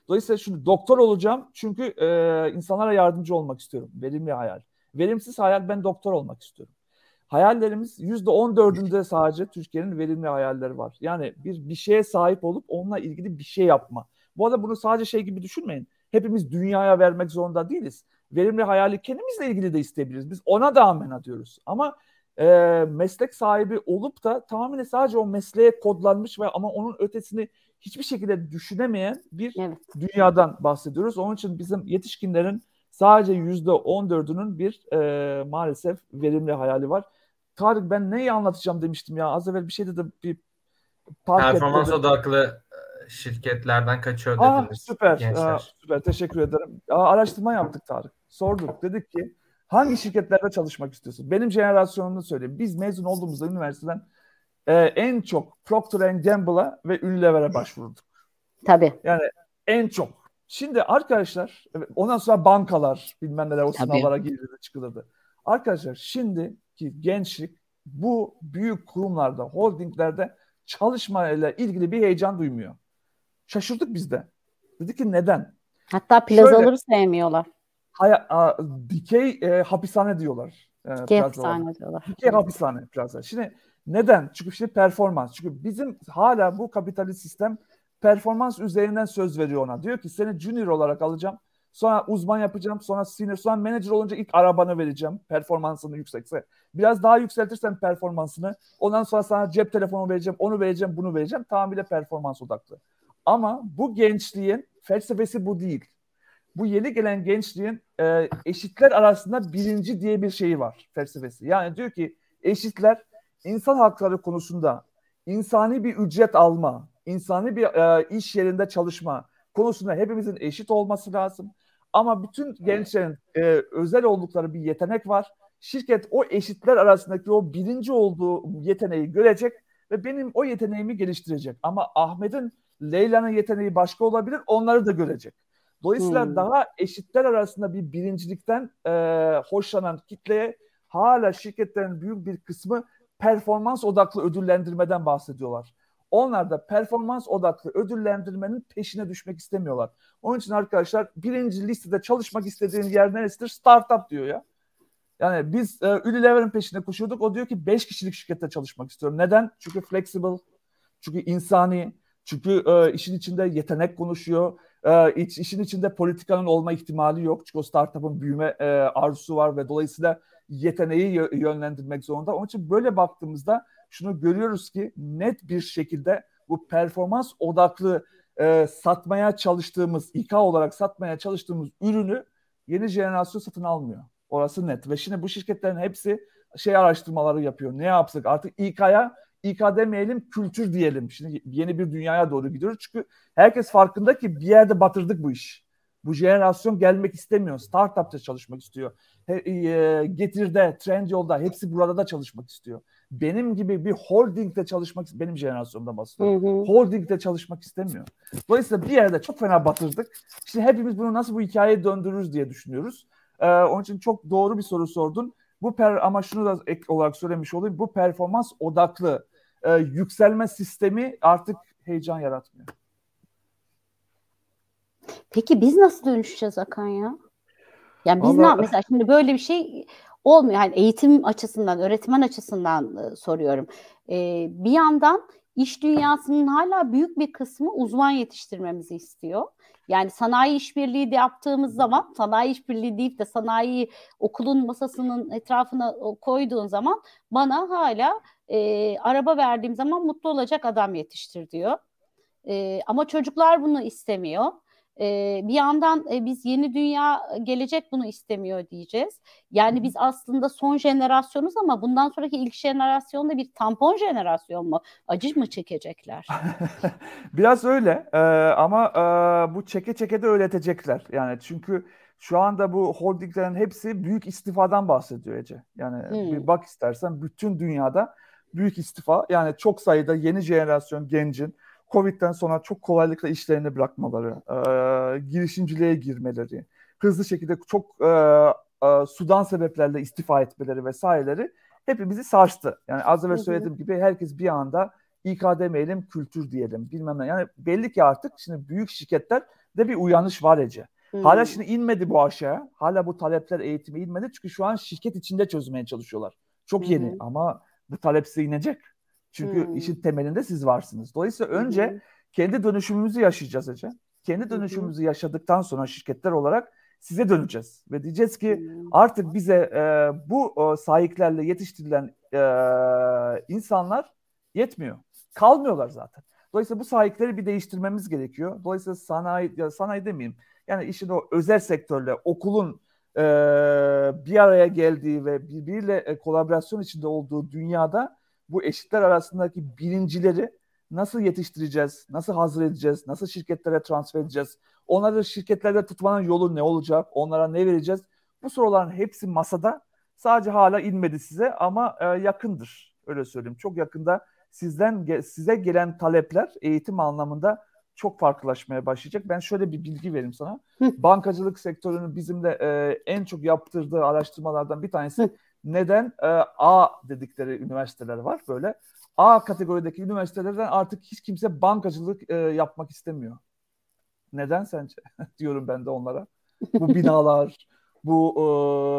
Dolayısıyla şimdi doktor olacağım çünkü e, insanlara yardımcı olmak istiyorum. Verimli hayal. Verimsiz hayal, ben doktor olmak istiyorum. Hayallerimiz yüzde on dördünde sadece Türkiye'nin verimli hayalleri var. Yani bir bir şeye sahip olup onunla ilgili bir şey yapma. Bu arada bunu sadece şey gibi düşünmeyin. Hepimiz dünyaya vermek zorunda değiliz. Verimli hayali kendimizle ilgili de isteyebiliriz. Biz ona da amenna diyoruz. Ama e, meslek sahibi olup da tamamen sadece o mesleğe kodlanmış ve ama onun ötesini hiçbir şekilde düşünemeyen bir Evet. dünyadan bahsediyoruz. Onun için bizim yetişkinlerin sadece yüzde on dördünün bir e, maalesef verimli hayali var. Tarık, ben neyi anlatacağım demiştim ya. Az evvel bir şey dedim. Bir park Performans ettim. odaklı e, şirketlerden kaçıyor Ah dediniz süper. Aa, gençler. süper. Teşekkür ederim. Aa, araştırma yaptık Tarık. Sorduk. Dedik ki hangi şirketlerde çalışmak istiyorsun? Benim jenerasyonunu söyleyeyim. Biz mezun olduğumuzda üniversiteden e, en çok Procter and Gamble'a ve Unilever'e başvurduk. Tabii. Yani en çok. Şimdi arkadaşlar, ondan sonra bankalar bilmem neler o Tabii. sınavlara girildi çıkılırdı. Arkadaşlar şimdiki gençlik bu büyük kurumlarda, holdinglerde çalışmayla ilgili bir heyecan duymuyor. Şaşırdık biz de. Dedik ki neden? Hatta plazaları sevmiyorlar. Haya, a, dikey e, hapishane diyorlar. E, Dikey plazalara. hapishane diyorlar. Dikey hapishane plaza. Şimdi neden? Çünkü şimdi performans. Çünkü bizim hala bu kapitalist sistem performans üzerinden söz veriyor ona. Diyor ki seni junior olarak alacağım. Sonra uzman yapacağım. Sonra senior. Sonra manager olunca ilk arabanı vereceğim. Performansını yüksekse. Biraz daha yükseltirsen performansını. Ondan sonra sana cep telefonu vereceğim. Onu vereceğim. Bunu vereceğim. Tamamıyla performans odaklı. Ama bu gençliğin felsefesi bu değil. Bu yeni gelen gençliğin e, eşitler arasında birinci diye bir şeyi var, felsefesi. Yani diyor ki eşitler insan hakları konusunda insani bir ücret alma, insani bir e, iş yerinde çalışma konusunda hepimizin eşit olması lazım. Ama bütün gençlerin e, özel oldukları bir yetenek var. Şirket o eşitler arasındaki o birinci olduğu yeteneği görecek ve benim o yeteneğimi geliştirecek. Ama Ahmet'in, Leyla'nın yeteneği başka olabilir, onları da görecek. Dolayısıyla Hmm. daha eşitler arasında bir birincilikten e, hoşlanan kitleye hala şirketlerin büyük bir kısmı performans odaklı ödüllendirmeden bahsediyorlar. Onlar da performans odaklı ödüllendirmenin peşine düşmek istemiyorlar. Onun için arkadaşlar birinci listede çalışmak istediğin yer neresidir? Startup diyor ya. Yani biz e, Unilever'in peşine koşuyorduk. O diyor ki beş kişilik şirkette çalışmak istiyorum. Neden? Çünkü flexible, çünkü insani, çünkü e, işin içinde yetenek konuşuyor. E, iç, işin içinde politikanın olma ihtimali yok. Çünkü o startup'ın büyüme e, arzusu var ve dolayısıyla yeteneği y- yönlendirmek zorunda. Onun için böyle baktığımızda şunu görüyoruz ki net bir şekilde bu performans odaklı e, satmaya çalıştığımız, İK olarak satmaya çalıştığımız ürünü yeni jenerasyon satın almıyor. Orası net. Ve şimdi bu şirketlerin hepsi şey araştırmaları yapıyor. Ne yapsak? Artık İK'ya İK demeyelim, kültür diyelim. Şimdi yeni bir dünyaya doğru gidiyoruz. Çünkü herkes farkında ki bir yerde batırdık bu iş. Bu jenerasyon gelmek istemiyor. Startup'ta çalışmak istiyor. He, e, Getir'de, Trendyol'da hepsi burada da çalışmak istiyor. Benim gibi bir holdingde çalışmak, benim jenerasyonumda bahsediyorum. Hı hı. Holdingde çalışmak istemiyor. Dolayısıyla bir yerde çok fena batırdık. Şimdi hepimiz bunu nasıl bu hikayeye döndürürüz diye düşünüyoruz. Ee, onun için çok doğru bir soru sordun. Bu per ama şunu da ek olarak söylemiş olayım. Bu performans odaklı e, yükselme sistemi artık heyecan yaratmıyor. Peki biz nasıl dönüşeceğiz Hakan ya? Yani biz ne Vallahi yap- mesela şimdi böyle bir şey olmuyor. Yani eğitim açısından, öğretmen açısından e, soruyorum. E, bir yandan iş dünyasının hala büyük bir kısmı uzman yetiştirmemizi istiyor. Yani sanayi işbirliği de yaptığımız zaman, sanayi işbirliği deyip de sanayiyi okulun masasının etrafına koyduğun zaman bana hala e, araba verdiğim zaman mutlu olacak adam yetiştir diyor. E, ama çocuklar bunu istemiyor. E, bir yandan e, biz yeni dünya gelecek bunu istemiyor diyeceğiz. Yani biz aslında son jenerasyonuz ama bundan sonraki ilk jenerasyonda bir tampon jenerasyon mu? Acı mı çekecekler? biraz öyle e, ama e, bu çeke çeke de öğretecekler. Yani çünkü şu anda bu holdinglerin hepsi büyük istifadan bahsediyor Ece. Yani Hmm. bir bak istersen bütün dünyada büyük istifa. Yani çok sayıda yeni jenerasyon gencin Covid'den sonra çok kolaylıkla işlerini bırakmaları, e, girişimciliğe girmeleri, hızlı şekilde çok e, e, sudan sebeplerle istifa etmeleri vesaireleri hepimizi sarstı. Yani az evvel Hı hı. söylediğim gibi herkes bir anda İK demeyelim, kültür diyelim, bilmem ne. Yani belli ki artık şimdi büyük şirketler de bir uyanış var Ece. Hala Hmm. şimdi inmedi bu aşağı. Hala bu talepler eğitime inmedi. Çünkü şu an şirket içinde çözmeye çalışıyorlar. Çok Hı yeni hı. ama bu talep size inecek. Çünkü Hmm. işin temelinde siz varsınız. Dolayısıyla Hı önce hı. kendi dönüşümümüzü yaşayacağız Ece. Kendi Hı hı. dönüşümümüzü yaşadıktan sonra şirketler olarak size döneceğiz. Ve diyeceğiz ki Hmm. artık bize e, bu e, sahiplerle yetiştirilen e, insanlar yetmiyor. Kalmıyorlar zaten. Dolayısıyla bu sahipleri bir değiştirmemiz gerekiyor. Dolayısıyla sanayi, ya sanayi demeyeyim. Yani işin o özel sektörle okulun e, bir araya geldiği ve birbiriyle e, kolaborasyon içinde olduğu dünyada bu eşitler arasındaki bilincileri nasıl yetiştireceğiz, nasıl hazır edeceğiz, nasıl şirketlere transfer edeceğiz, onları şirketlerde tutmanın yolu ne olacak, onlara ne vereceğiz? Bu soruların hepsi masada. Sadece hala inmedi size ama e, yakındır. Öyle söyleyeyim. Çok yakında sizden size gelen talepler eğitim anlamında çok farklılaşmaya başlayacak. Ben şöyle bir bilgi vereyim sana. Hı. Bankacılık sektörünün bizim de e, en çok yaptırdığı araştırmalardan bir tanesi Hı. neden e, A dedikleri üniversiteler var böyle. A kategorideki üniversitelerden artık hiç kimse bankacılık e, yapmak istemiyor. Neden sence? Diyorum ben de onlara. Bu binalar, bu e,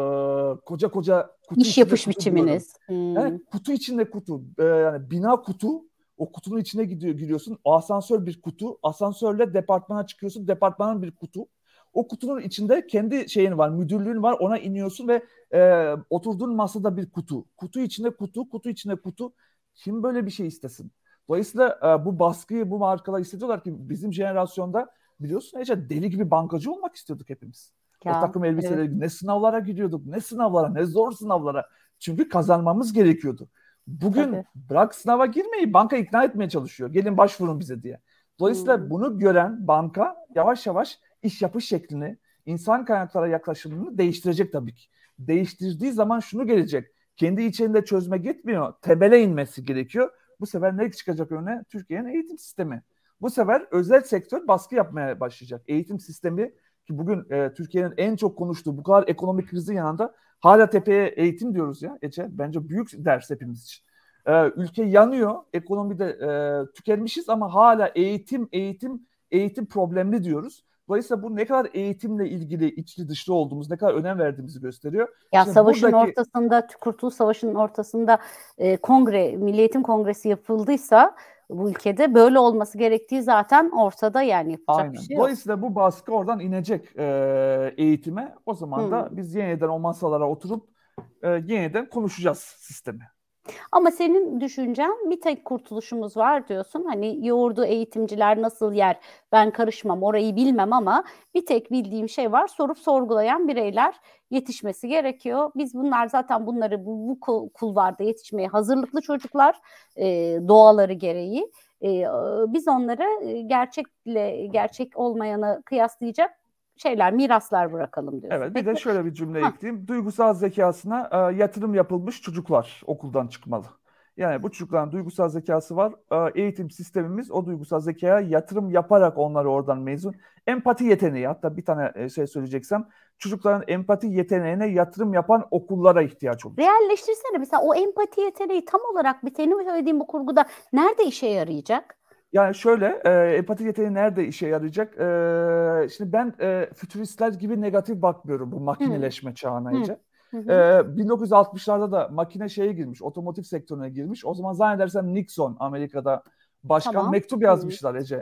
koca koca kutu İş içinde yapış kutu diyorum. biçiminiz. Hmm. Yani kutu içinde kutu. E, yani bina kutu. O kutunun içine gidiyor, giriyorsun. Asansör bir kutu. Asansörle departmana çıkıyorsun. Departmanın bir kutu. O kutunun içinde kendi şeyin var, müdürlüğün var. Ona iniyorsun ve e, oturduğun masada bir kutu. Kutu içinde kutu, kutu içinde kutu. Kim böyle bir şey istesin? Dolayısıyla e, bu baskıyı bu markalar hissediyorlar ki bizim jenerasyonda biliyorsun Ece deli gibi bankacı olmak istiyorduk hepimiz. O Ya takım evet. elbiseleri ne sınavlara gidiyorduk, ne sınavlara, ne zor sınavlara. Çünkü kazanmamız gerekiyordu. Bugün Tabii. bırak sınava girmeyi banka ikna etmeye çalışıyor. Gelin başvurun bize diye. Dolayısıyla Hmm. bunu gören banka yavaş yavaş iş yapış şeklini, insan kaynaklara yaklaşımını değiştirecek tabii ki. Değiştirdiği zaman şunu gelecek. Kendi içinde çözme gitmiyor. Temele inmesi gerekiyor. Bu sefer ne çıkacak önüne? Türkiye'nin eğitim sistemi. Bu sefer özel sektör baskı yapmaya başlayacak. Eğitim sistemi ki bugün e, Türkiye'nin en çok konuştuğu bu kadar ekonomik krizin yanında hala tepeye eğitim diyoruz ya Ece. Bence büyük ders hepimiz için. E, ülke yanıyor, ekonomide e, tükenmişiz ama hala eğitim, eğitim, eğitim problemli diyoruz. Dolayısıyla bu ne kadar eğitimle ilgili içli dışlı olduğumuz, ne kadar önem verdiğimizi gösteriyor. Ya Şimdi savaşın buradaki ortasında, Kurtuluş Savaşı'nın ortasında e, kongre, Milli Eğitim Kongresi yapıldıysa bu ülkede böyle olması gerektiği zaten ortada, yani yapacak bir aynen. şey yok. Dolayısıyla bu baskı oradan inecek e, eğitime. O zaman Hmm. da biz yeniden o masalara oturup e, yeniden konuşacağız sistemi. Ama senin düşüncen bir tek kurtuluşumuz var diyorsun. Hani yoğurdu eğitimciler nasıl yer ben karışmam, orayı bilmem ama bir tek bildiğim şey var, sorup sorgulayan bireyler yetişmesi gerekiyor. Biz bunlar zaten bunları bu, bu kulvarda yetişmeye hazırlıklı çocuklar e, doğaları gereği. E, biz onları gerçekle gerçek olmayanı kıyaslayacak şeyler, miraslar bırakalım diyorsun. Evet, bir Peki. de şöyle bir cümle Hah. ekleyeyim. Duygusal zekasına e, yatırım yapılmış çocuklar okuldan çıkmalı. Yani bu çocukların duygusal zekası var. E, eğitim sistemimiz o duygusal zekaya yatırım yaparak onları oradan mezun. Empati yeteneği, hatta bir tane e, şey söyleyeceksem, çocukların empati yeteneğine yatırım yapan okullara ihtiyaç olur. Realleştirsene mesela o empati yeteneği tam olarak bir senin söylediğin bu kurguda nerede işe yarayacak? Yani şöyle, e, empati yeteneği nerede işe yarayacak? E, şimdi ben e, fütüristler gibi negatif bakmıyorum bu makineleşme çağına Hı. Ece. Hı hı. E, bin dokuz yüz altmışlarda da makine şeye girmiş, otomotiv sektörüne girmiş. O zaman zannedersem Nixon Amerika'da başkan Tamam. mektup Hı. yazmışlar Ece.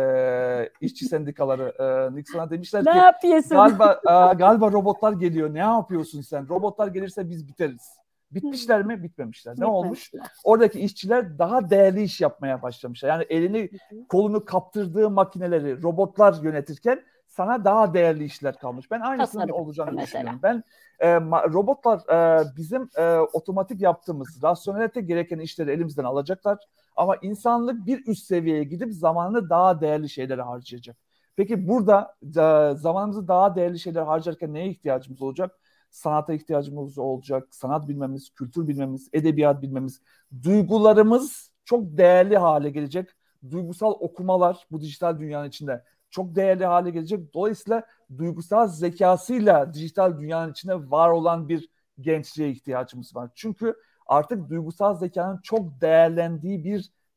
E, işçi sendikaları e, Nixon'a demişler Ne ki yapıyorsun? galiba e, galiba robotlar geliyor. Ne yapıyorsun sen? Robotlar gelirse biz biteriz. Bitmişler mi? Bitmemişler. Ne olmuş? Bitmemişler. Oradaki işçiler daha değerli iş yapmaya başlamışlar. Yani elini kolunu kaptırdığı makineleri robotlar yönetirken sana daha değerli işler kalmış. Ben aynısının Tasarım olacağını mesela. düşünüyorum. Ben e, ma- robotlar e, bizim e, otomatik yaptığımız rasyonelite gereken işleri elimizden alacaklar. Ama insanlık bir üst seviyeye gidip zamanını daha değerli şeylere harcayacak. Peki burada e, zamanımızı daha değerli şeylere harcarken neye ihtiyacımız olacak? Sanata ihtiyacımız olacak. Sanat bilmemiz, kültür bilmemiz, edebiyat bilmemiz, duygularımız çok değerli hale gelecek. Duygusal okumalar bu dijital dünyanın içinde çok değerli hale gelecek. Dolayısıyla duygusal zekasıyla dijital dünyanın içinde var olan bir gençliğe ihtiyacımız var. Çünkü artık duygusal zekanın çok değerlendiği bir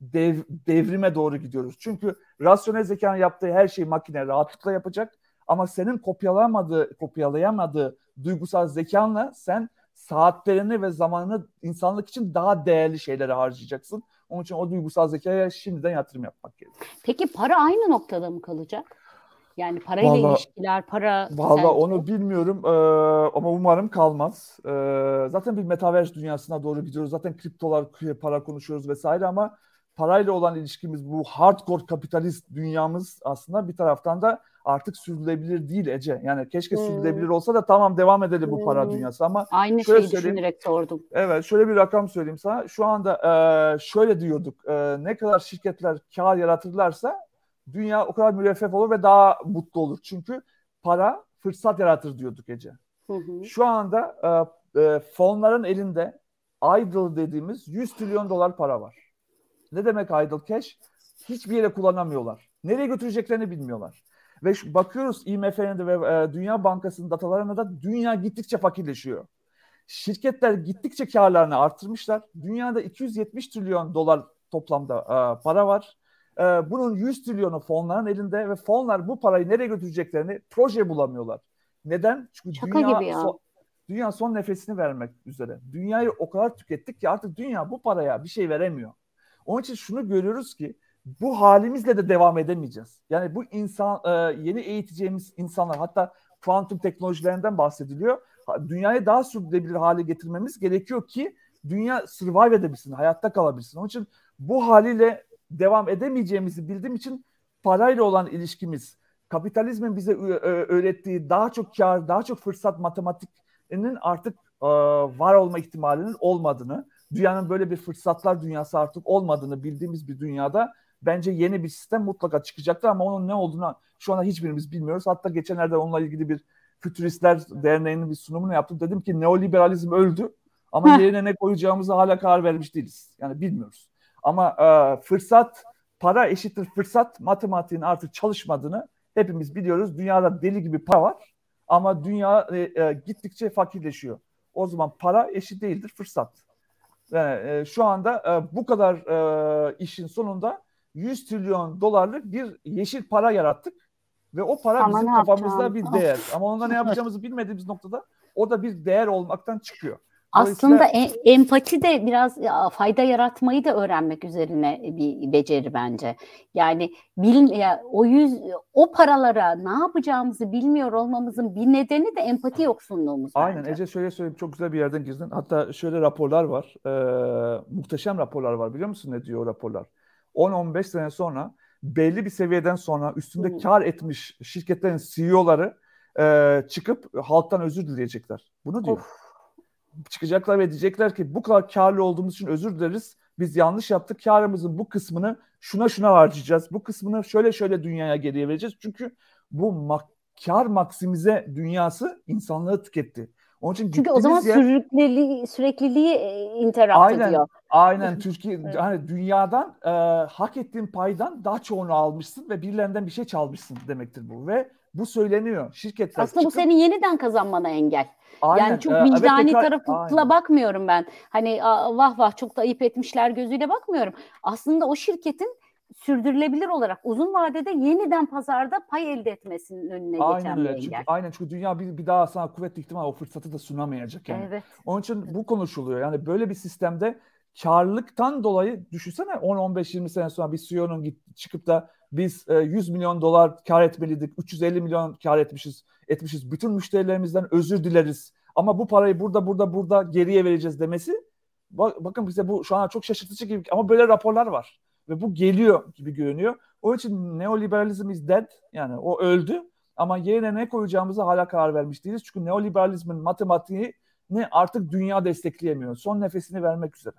dev, devrime doğru gidiyoruz. Çünkü rasyonel zekanın yaptığı her şeyi makine rahatlıkla yapacak. Ama senin kopyalayamadığı, kopyalayamadığı duygusal zekanla sen saatlerini ve zamanını insanlık için daha değerli şeylere harcayacaksın. Onun için o duygusal zekaya şimdiden yatırım yapmak gerekiyor. Peki para aynı noktada mı kalacak? Yani parayla Vallahi, ilişkiler, para Valla sence? onu bilmiyorum ee, ama umarım kalmaz. Ee, zaten bir metaverse dünyasına doğru gidiyoruz. Zaten kriptolar, para konuşuyoruz vesaire ama parayla olan ilişkimiz, bu hardcore kapitalist dünyamız aslında bir taraftan da artık sürdürülebilir değil Ece. Yani keşke Hmm. sürdürülebilir olsa da tamam devam edelim bu para Hmm. dünyası ama Aynı şöyle şeyi söyleyeyim. düşünerek sordum. Evet, şöyle bir rakam söyleyeyim sana. Şu anda e, şöyle diyorduk. E, ne kadar şirketler kar yaratırlarsa dünya o kadar müreffeh olur ve daha mutlu olur. Çünkü para fırsat yaratır diyorduk Ece. Hı hı. Şu anda e, e, fonların elinde idle dediğimiz yüz trilyon dolar para var. Ne demek idle cash? Hiçbir yere kullanamıyorlar. Nereye götüreceklerini bilmiyorlar. Ve şu, bakıyoruz I M F'nin de ve e, Dünya Bankası'nın datalarına da dünya gittikçe fakirleşiyor. Şirketler gittikçe karlarını artırmışlar. Dünyada iki yüz yetmiş trilyon dolar toplamda e, para var. E, bunun yüz trilyonu fonların elinde ve fonlar bu parayı nereye götüreceklerini proje bulamıyorlar. Neden? Çünkü Şaka dünya gibi ya. son, dünya son nefesini vermek üzere. Dünyayı o kadar tükettik ki artık dünya bu paraya bir şey veremiyor. Onun için şunu görüyoruz ki bu halimizle de devam edemeyeceğiz. Yani bu insan e, yeni eğiteceğimiz insanlar, hatta kuantum teknolojilerinden bahsediliyor. Dünyayı daha sürdürülebilir hale getirmemiz gerekiyor ki dünya survive edebilsin, hayatta kalabilsin. Onun için bu haliyle devam edemeyeceğimizi bildiğim için parayla olan ilişkimiz, kapitalizmin bize öğrettiği daha çok kar, daha çok fırsat matematikinin artık e, var olma ihtimalinin olmadığını, dünyanın böyle bir fırsatlar dünyası artık olmadığını bildiğimiz bir dünyada bence yeni bir sistem mutlaka çıkacaktır ama onun ne olduğunu şu anda hiçbirimiz bilmiyoruz. Hatta geçenlerde onunla ilgili bir Fütüristler Derneği'nin bir sunumunu yaptım. Dedim ki neoliberalizm öldü ama yerine ne koyacağımızı hala karar vermiş değiliz. Yani bilmiyoruz. Ama e, fırsat, para eşittir fırsat matematiğin artık çalışmadığını hepimiz biliyoruz. Dünyada deli gibi para var ama dünya e, e, gittikçe fakirleşiyor. O zaman para eşit değildir fırsat. Yani, e, şu anda e, bu kadar e, işin sonunda yüz trilyon dolarlık bir yeşil para yarattık. Ve o para Ama bizim ne kafamızda yapacağım? bir değer. Ama onda ne yapacağımızı bilmediğimiz noktada o da bir değer olmaktan çıkıyor. Aslında e- empati de biraz ya, fayda yaratmayı da öğrenmek üzerine bir beceri bence. Yani bil, ya, o yüz o paralara ne yapacağımızı bilmiyor olmamızın bir nedeni de empati yoksunluğumuz Aynen bence. Ece, şöyle söyleyeyim, çok güzel bir yerden girdin. Hatta şöyle raporlar var. E, muhteşem raporlar var, biliyor musun ne diyor o raporlar? on on beş sene sonra belli bir seviyeden sonra üstünde Hmm. kar etmiş şirketlerin C E O'ları e, çıkıp halktan özür dileyecekler. Bunu diyor. Of. Çıkacaklar ve diyecekler ki bu kadar karlı olduğumuz için özür dileriz. Biz yanlış yaptık. Karımızın bu kısmını şuna şuna harcayacağız. Bu kısmını şöyle şöyle dünyaya geriye vereceğiz. Çünkü bu mak- kar maksimize dünyası insanlığı tüketti. Onun için Çünkü o zaman yer... sürekliliği, sürekliliği interrupt aynen, ediyor. Aynen. Türkiye Evet. hani dünyadan e, hak ettiğin paydan daha çoğunu almışsın ve birilerinden bir şey çalmışsın demektir bu. Ve bu söyleniyor. Şirketler Aslında bu çıkıp... senin yeniden kazanmana engel. Aynen. Yani çok Ee, vicdani tekrar... tarafla Aynen. bakmıyorum ben. Hani "Aa, vah vah çok da ayıp etmişler" gözüyle bakmıyorum. Aslında o şirketin sürdürülebilir olarak uzun vadede yeniden pazarda pay elde etmesinin önüne Aynen geçen bir öyle. engel. Çünkü, aynen çünkü dünya bir, bir daha sana kuvvetli ihtimal o fırsatı da sunamayacak yani. Evet. Onun için bu konuşuluyor. Yani böyle bir sistemde karlılıktan dolayı düşünsene on on beş yirmi sene sonra bir C E O'nun git, çıkıp da biz e, yüz milyon dolar kar etmeliydik. üç yüz elli milyon kar etmişiz. etmişiz. Bütün müşterilerimizden özür dileriz. Ama bu parayı burada burada burada geriye vereceğiz demesi. Bak, bakın bize bu şu an çok şaşırtıcı gibi ama böyle raporlar var. Ve bu geliyor gibi görünüyor. O için neoliberalizm is dead. Yani o öldü. Ama yerine ne koyacağımızı hala karar vermiş değiliz. Çünkü neoliberalizmin matematiğini artık dünya destekleyemiyor. Son nefesini vermek üzere.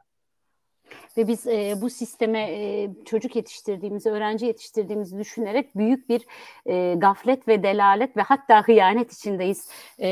Ve biz e, bu sisteme e, çocuk yetiştirdiğimizi, öğrenci yetiştirdiğimizi düşünerek büyük bir e, gaflet ve delalet ve hatta hıyanet içindeyiz e,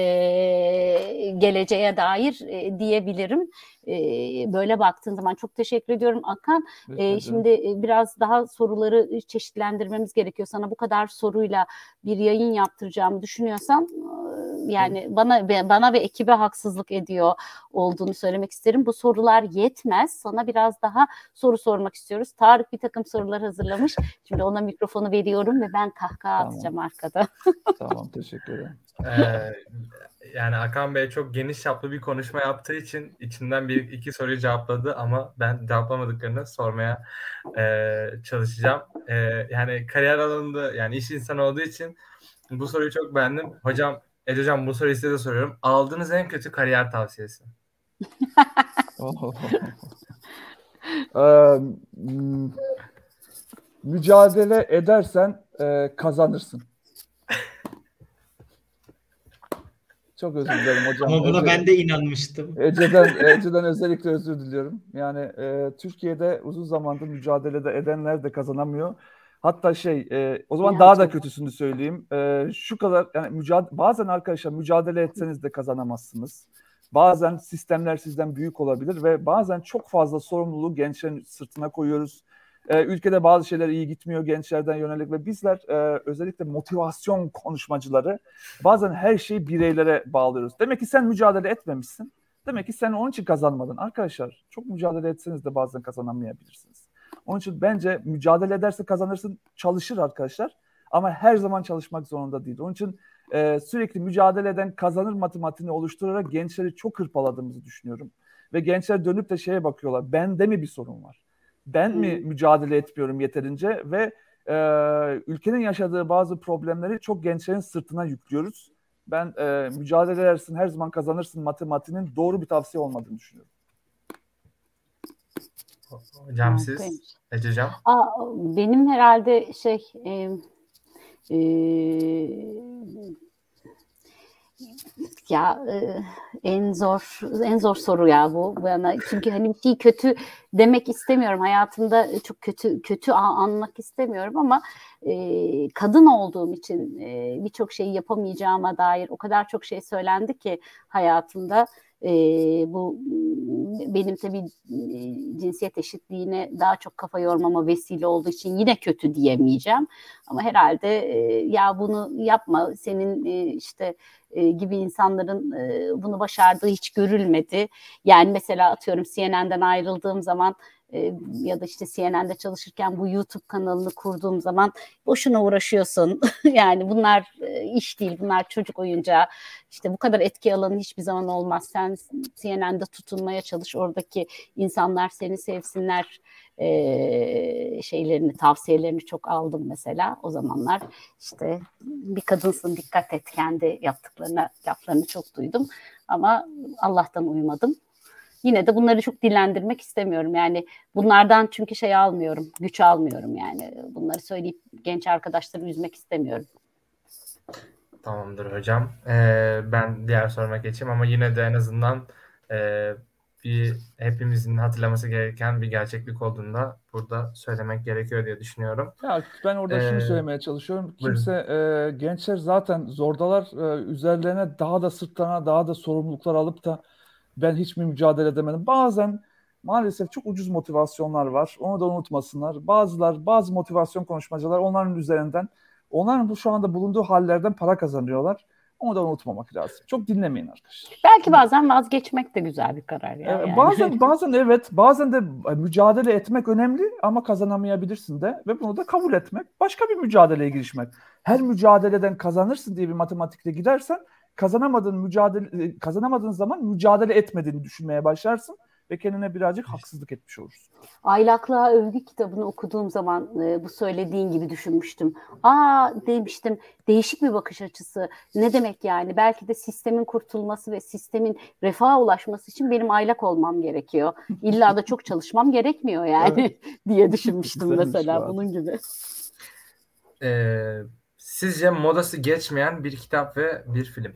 geleceğe dair e, diyebilirim. E, böyle baktığın zaman çok teşekkür ediyorum Hakan. E, şimdi biraz daha soruları çeşitlendirmemiz gerekiyor. Sana bu kadar soruyla bir yayın yaptıracağımı düşünüyorsam yani bana ve bana ve ekibe haksızlık ediyor olduğunu söylemek isterim. Bu sorular yetmez. Sana biraz daha soru sormak istiyoruz. Tarık bir takım sorular hazırlamış. Şimdi ona mikrofonu veriyorum ve ben kahkaha Tamam. atacağım arkada. Tamam, teşekkür ederim. Ee, yani Hakan Bey çok geniş çaplı bir konuşma yaptığı için içinden bir iki soruyu cevapladı ama ben cevaplamadıklarını sormaya e, çalışacağım. E, yani kariyer alanında yani iş insanı olduğu için bu soruyu çok beğendim. Hocam, Ece Hocam bu soruyu size de soruyorum. Aldığınız en kötü kariyer tavsiyesi. Ee, m- mücadele edersen e, kazanırsın. Çok özür dilerim hocam. Ama buna Ece- ben de inanmıştım. Ece'den, Ece'den özellikle özür diliyorum. Yani e, Türkiye'de uzun zamandır mücadelede edenler de kazanamıyor. Hatta şey, e, o zaman daha da Gerçekten. kötüsünü söyleyeyim. E, şu kadar, yani mücadele, bazen arkadaşlar mücadele etseniz de kazanamazsınız. Bazen sistemler sizden büyük olabilir ve bazen çok fazla sorumluluğu gençlerin sırtına koyuyoruz. E, ülkede bazı şeyler iyi gitmiyor gençlerden yönelik ve bizler e, özellikle motivasyon konuşmacıları bazen her şeyi bireylere bağlıyoruz. Demek ki sen mücadele etmemişsin. Demek ki sen onun için kazanmadın. Arkadaşlar çok mücadele etseniz de bazen kazanamayabilirsiniz. Onun için bence mücadele ederse kazanırsın, çalışır arkadaşlar. Ama her zaman çalışmak zorunda değil. Onun için e, sürekli mücadele eden kazanır matematiğini oluşturarak gençleri çok hırpaladığımızı düşünüyorum. Ve gençler dönüp de şeye bakıyorlar. Bende mi bir sorun var? Ben mi Hmm. mücadele etmiyorum yeterince? Ve e, ülkenin yaşadığı bazı problemleri çok gençlerin sırtına yüklüyoruz. Ben e, mücadele edersin, her zaman kazanırsın matematiğinin doğru bir tavsiye olmadığını düşünüyorum. Hocam siz, Harikaymış. Ece Hocam. Aa, benim herhalde şey e, e, ya e, en zor en zor soru ya bu bana, çünkü hani bir şey kötü demek istemiyorum, hayatımda çok kötü kötü a- anmak istemiyorum ama e, kadın olduğum için e, birçok şeyi yapamayacağıma dair o kadar çok şey söylendi ki hayatımda. E, bu benim tabii e, cinsiyet eşitliğine daha çok kafa yormama vesile olduğu için yine kötü diyemeyeceğim ama herhalde e, ya bunu yapma, senin e, işte e, gibi insanların e, bunu başardığı hiç görülmedi. Yani mesela atıyorum C N N'den ayrıldığım zaman e, ya da işte C N N'de çalışırken bu YouTube kanalını kurduğum zaman boşuna uğraşıyorsun. Yani bunlar e, iş değil, bunlar çocuk oyuncağı. İşte bu kadar etki alanı hiçbir zaman olmaz. Sen C N N'de tutunmaya çalış, oradaki insanlar seni sevsinler e, şeylerini, tavsiyelerini çok aldım mesela o zamanlar. İşte bir kadınsın, dikkat et, kendi yaptıklarına, laflarını çok duydum ama Allah'tan uymadım. Yine de bunları çok dillendirmek istemiyorum. Yani bunlardan çünkü şey almıyorum, güç almıyorum yani. Bunları söyleyip genç arkadaşları üzmek istemiyorum. Tamamdır hocam. Ee, ben diğer soruma geçeyim ama yine de en azından e, bir hepimizin hatırlaması gereken bir gerçeklik olduğunu da burada söylemek gerekiyor diye düşünüyorum. Ya ben orada şunu Ee, söylemeye çalışıyorum. buyurun. Kimse e, gençler zaten zordalar. E, üzerlerine daha da sırtlarına daha da sorumluluklar alıp da ben hiç mi mücadele edemedim. Bazen maalesef çok ucuz motivasyonlar var. Onu da unutmasınlar. Bazılar, bazı motivasyon konuşmacılar onların üzerinden, onların bu şu anda bulunduğu hallerden para kazanıyorlar. Onu da unutmamak lazım. Çok dinlemeyin arkadaşlar. Belki bazen vazgeçmek de güzel bir karar ya. Ee, Yani. Bazen bazen evet, bazen de mücadele etmek önemli ama kazanamayabilirsin de ve bunu da kabul etmek, başka bir mücadeleye girişmek. Her mücadeleden kazanırsın diye bir matematikle gidersen kazanamadığın mücadele kazanamadığın zaman mücadele etmediğini düşünmeye başlarsın ve kendine birazcık haksızlık etmiş olursun. Aylaklığa Övgü kitabını okuduğum zaman e, bu söylediğin gibi düşünmüştüm. Aa demiştim, değişik bir bakış açısı. Ne demek yani? Belki de sistemin kurtulması ve sistemin refaha ulaşması için benim aylak olmam gerekiyor. İlla da çok çalışmam gerekmiyor yani diye düşünmüştüm Güzelmiş mesela bu abi. bunun gibi. Ee, sizce modası geçmeyen bir kitap ve bir film?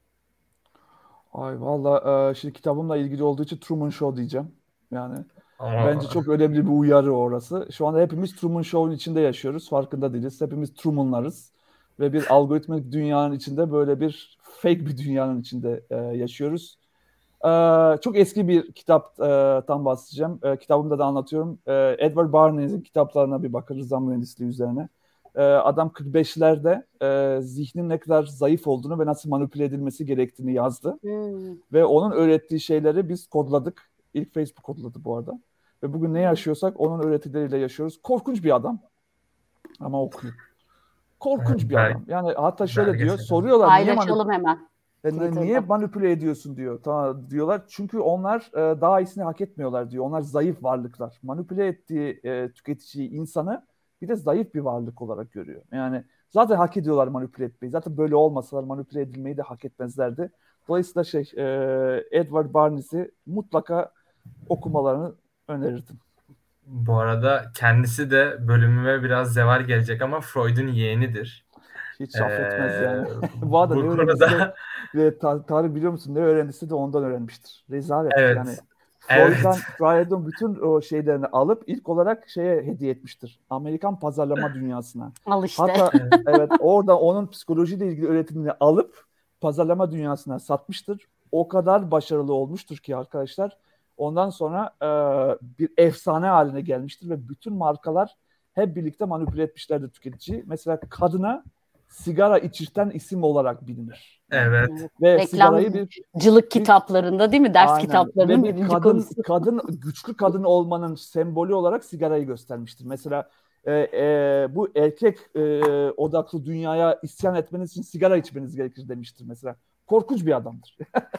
Ay valla, e, şimdi kitabımla ilgili olduğu için Truman Show diyeceğim. Yani Ama bence çok önemli bir uyarı orası. Şu anda hepimiz Truman Show'un içinde yaşıyoruz. Farkında değiliz. Hepimiz Truman'larız. Ve bir algoritmik dünyanın içinde, böyle bir fake bir dünyanın içinde e, yaşıyoruz. E, çok eski bir kitaptan bahsedeceğim. E, kitabımda da anlatıyorum. E, Edward Bernays'in kitaplarına bir bakın, Rıza Mühendisliği üzerine. e, adam kırk beşlerde e, zihnin ne kadar zayıf olduğunu ve nasıl manipüle edilmesi gerektiğini yazdı. Hmm. Ve onun öğrettiği şeyleri biz kodladık. İlk Facebook kodladı bu arada. Ve bugün ne yaşıyorsak onun öğretileriyle yaşıyoruz. Korkunç bir adam. Ama okuyun. Korkunç Evet, bir belge- adam. Yani hatta şöyle diyor, belgesel. soruyorlar niye manipüle Paylaşalım hemen E, ne- niye Twitter'da. manipüle ediyorsun diyor. Tamam diyorlar. Çünkü onlar e, daha iyisini hak etmiyorlar diyor. Onlar zayıf varlıklar. Manipüle ettiği e, tüketiciyi, insanı bir de zayıf bir varlık olarak görüyor. Yani zaten hak ediyorlar manipüle etmeyi. Zaten böyle olmasalar manipüle edilmeyi de hak etmezlerdi. Dolayısıyla şey e, Edward Bernays'i mutlaka okumalarını önerirdim. Bu arada kendisi de bölümüme biraz zeval gelecek ama Freud'un yeğenidir. Hiç affetmez yani. Ee, Bu arada ne bu öğrendiyse de konuda ve ta- tarih biliyor musun? Ne öğrendiyse de ondan öğrenmiştir. Rezalet. evet, Yani evet. Freud'dan, Freud'un bütün o şeylerini alıp ilk olarak şeye hediye etmiştir. Amerikan pazarlama dünyasına. Al işte. Hatta Evet. evet orada onun psikolojiyle ilgili öğretimini alıp pazarlama dünyasına satmıştır. O kadar başarılı olmuştur ki arkadaşlar. Ondan sonra e, bir efsane haline gelmiştir ve bütün markalar hep birlikte manipüle etmişlerdir tüketiciyi. Mesela kadına sigara içirten isim olarak bilinir. Yani Evet. Evet. ve sigarayı bir Reklamcılık kitaplarında değil mi? Ders aynen ve kitaplarının bir birinci kadın konusu. kadın güçlü kadın olmanın sembolü olarak sigarayı göstermiştir. Mesela e, e, bu erkek e, odaklı dünyaya isyan etmeniz için sigara içmeniz gerekir demiştir mesela. Korkunç bir adamdır.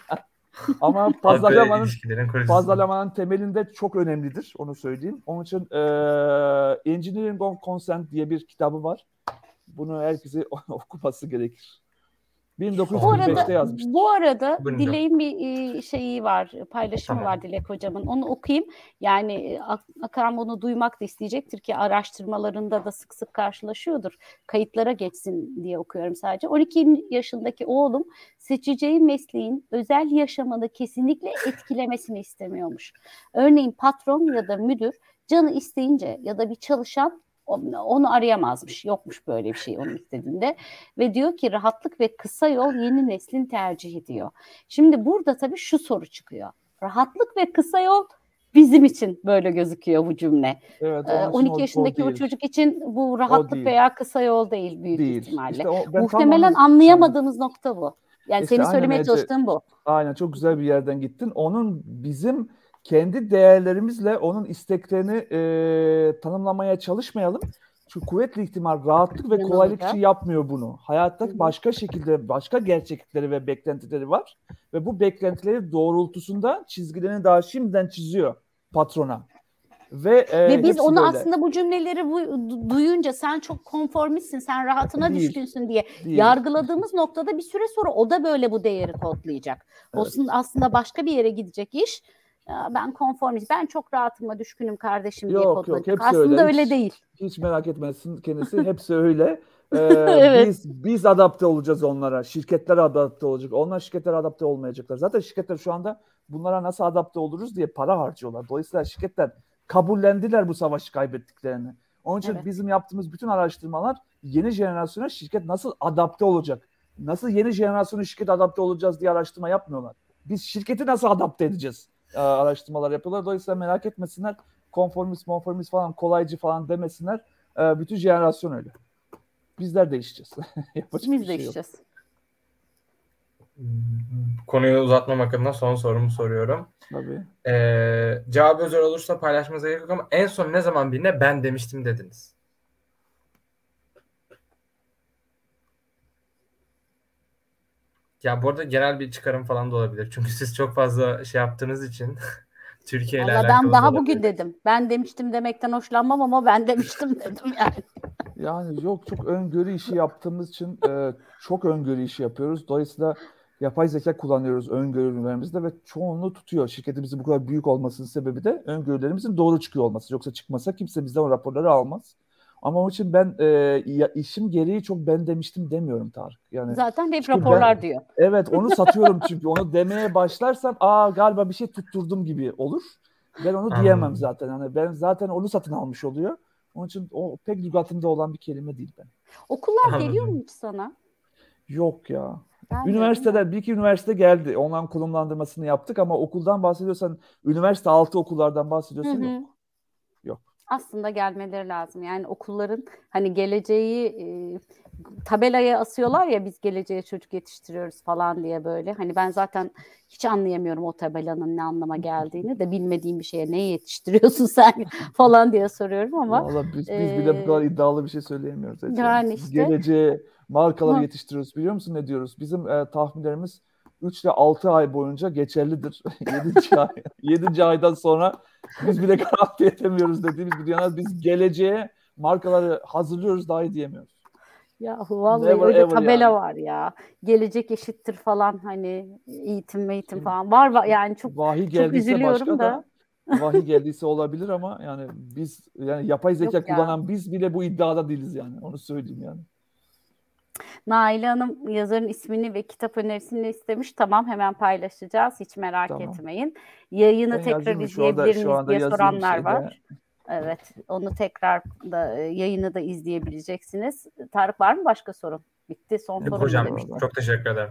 Ama Halk ve pazarlamanın ilişkilerin kurucusu. pazarlamanın temelinde çok önemlidir. Onu söyleyeyim. Onun için e, Engineering on Consent diye bir kitabı var. Bunu herkese okuması gerekir. Bu bin dokuz yüz kırk beşte arada yazmıştır. bu arada Buyurun hocam. Dilek'in bir e, şeyi var, paylaşımı Tamam. var Dilek hocamın. Onu okuyayım. Yani e, Ak- Akan bunu duymak da isteyecektir ki araştırmalarında da sık sık karşılaşıyordur. Kayıtlara geçsin diye okuyorum sadece. on iki yaşındaki oğlum seçeceği mesleğin özel yaşamını kesinlikle etkilemesini istemiyormuş. Örneğin patron ya da müdür canı isteyince ya da bir çalışan onu onu arayamazmış. Yokmuş böyle bir şey onun istediğinde. Ve diyor ki rahatlık ve kısa yol yeni neslin tercihi diyor. Şimdi burada tabii şu soru çıkıyor. Rahatlık ve kısa yol bizim için böyle gözüküyor bu cümle. Evet, Ee, onun için on iki o, o yaşındaki o değil. çocuk için bu O rahatlık değil. veya kısa yol değil büyük Değil. ihtimalle. İşte o, ben tam Muhtemelen onu anlayamadığımız nokta bu. Yani İşte senin aynen söylemeye Ece. çalıştığın bu. Aynen çok güzel bir yerden gittin. Onun bizim kendi değerlerimizle onun isteklerini e, tanımlamaya çalışmayalım. Çünkü kuvvetli ihtimal rahatlık ve kolaylık Yanılacak. için yapmıyor bunu. Hayatta Hı hı. başka şekilde başka gerçeklikleri ve beklentileri var. Ve bu beklentileri doğrultusunda çizgilerini daha şimdiden çiziyor patrona. Ve, e, Ve biz hepsi onu böyle. aslında bu cümleleri bu, du- duyunca sen çok konformistsin, sen rahatına Değil. düşkünsün diye Değil. yargıladığımız noktada bir süre sonra o da böyle bu değeri kodlayacak. O Evet. aslında başka bir yere gidecek iş. Ya ben konformist, ben çok rahatıma düşkünüm kardeşim diye Yok yok kodlayacak. hepsi Aslında öyle. öyle Hiç, değil. hiç merak etmesin kendisi. Hepsi öyle. Ee, Evet. biz biz adapte olacağız onlara. Şirketler adapte olacak. Onlar şirketler adapte olmayacaklar. Zaten şirketler şu anda bunlara nasıl adapte oluruz diye para harcıyorlar. Dolayısıyla şirketler kabullendiler bu savaşı kaybettiklerini. Onun için Evet. bizim yaptığımız bütün araştırmalar yeni jenerasyona şirket nasıl adapte olacak? Nasıl yeni jenerasyona şirket adapte olacağız diye araştırma yapmıyorlar. Biz şirketi nasıl adapte edeceğiz? Ee, araştırmalar yapıyorlar. Dolayısıyla merak etmesinler. Konformist, konformist falan, kolaycı falan demesinler. Ee, bütün jenerasyon öyle. Bizler değişeceğiz. Yapacak Biz bir şey yok. değişeceğiz. Konuyu uzatmamak adına son sorumu soruyorum. Tabii. Ee, cevabı özel olursa paylaşmanıza gerek yok ama en son ne zaman birine ben demiştim dediniz? Ya bu arada genel bir çıkarım falan da olabilir. Çünkü siz çok fazla şey yaptığınız için Türkiye ile Valla alakalı ben da daha olabilir. bugün dedim. Ben demiştim demekten hoşlanmam ama ben demiştim dedim yani. Yani yok çok öngörü işi yaptığımız için e, çok öngörü işi yapıyoruz. Dolayısıyla yapay zeka kullanıyoruz öngörülerimizde ve çoğunluğu tutuyor. Şirketimizin bu kadar büyük olmasının sebebi de öngörülerimizin doğru çıkıyor olması. Yoksa çıkmasa kimse bizden o raporları almaz. Ama onun için ben e, ya, işim gereği çok ben demiştim demiyorum Tarık. Yani Zaten hep çünkü raporlar ben, diyor. evet onu satıyorum çünkü onu demeye başlarsam aa galiba bir şey tutturdum gibi olur. Ben onu diyemem Anladım. zaten. Yani ben zaten onu satın almış oluyor. Onun için o pek lügatımda olan bir kelime değil ben. Okullar geliyor Anladım. mu hiç sana? Yok ya. Ben de, değil mi? Üniversiteler, bir iki üniversite geldi. Onların konumlandırmasını yaptık ama okuldan bahsediyorsan, üniversite altı okullardan Hı bahsediyorsan hı. yok. Yok. Aslında gelmeleri lazım. Yani okulların hani geleceği e, tabelaya asıyorlar ya, biz geleceğe çocuk yetiştiriyoruz falan diye böyle. Hani ben zaten hiç anlayamıyorum o tabelanın ne anlama geldiğini de, bilmediğim bir şeye ne yetiştiriyorsun sen falan diye soruyorum ama Valla biz, e, biz bile bu kadar iddialı bir şey söyleyemiyoruz Ece. yani Biz işte geleceğe markaları ama yetiştiriyoruz. Biliyor musun ne diyoruz? Bizim e, tahminlerimiz üç ile altı ay boyunca geçerlidir. yedinci ay, yedinci aydan sonra biz bile garanti edemiyoruz dediğimiz bir yana biz geleceğe markaları hazırlıyoruz dahi diyemiyoruz. yahu vallahi Never öyle ever tabela yani. var ya. Gelecek eğitim falan, hani eğitim eğitim falan var, var. Yani çok Vahiy çok geldiyse üzülüyorum başka da. da vahiy geldiyse olabilir ama yani biz yani yapay Yok zeka ya. kullanan biz bile bu iddiada değiliz yani. Onu söyleyeyim yani. Naile Hanım yazarın ismini ve kitap önerisini istemiş. Tamam, hemen paylaşacağız. Hiç merak Tamam. etmeyin. Yayını Ben tekrar yazayım mı? Şu anda izleyebilir şu miyiz anda diye yazayım soranlar şeyde. var. Evet, onu tekrar da e, yayını da izleyebileceksiniz. Tarık, var mı başka sorun? Bitti, son Yok sorum mu Hocam demiştin? çok teşekkür ederim.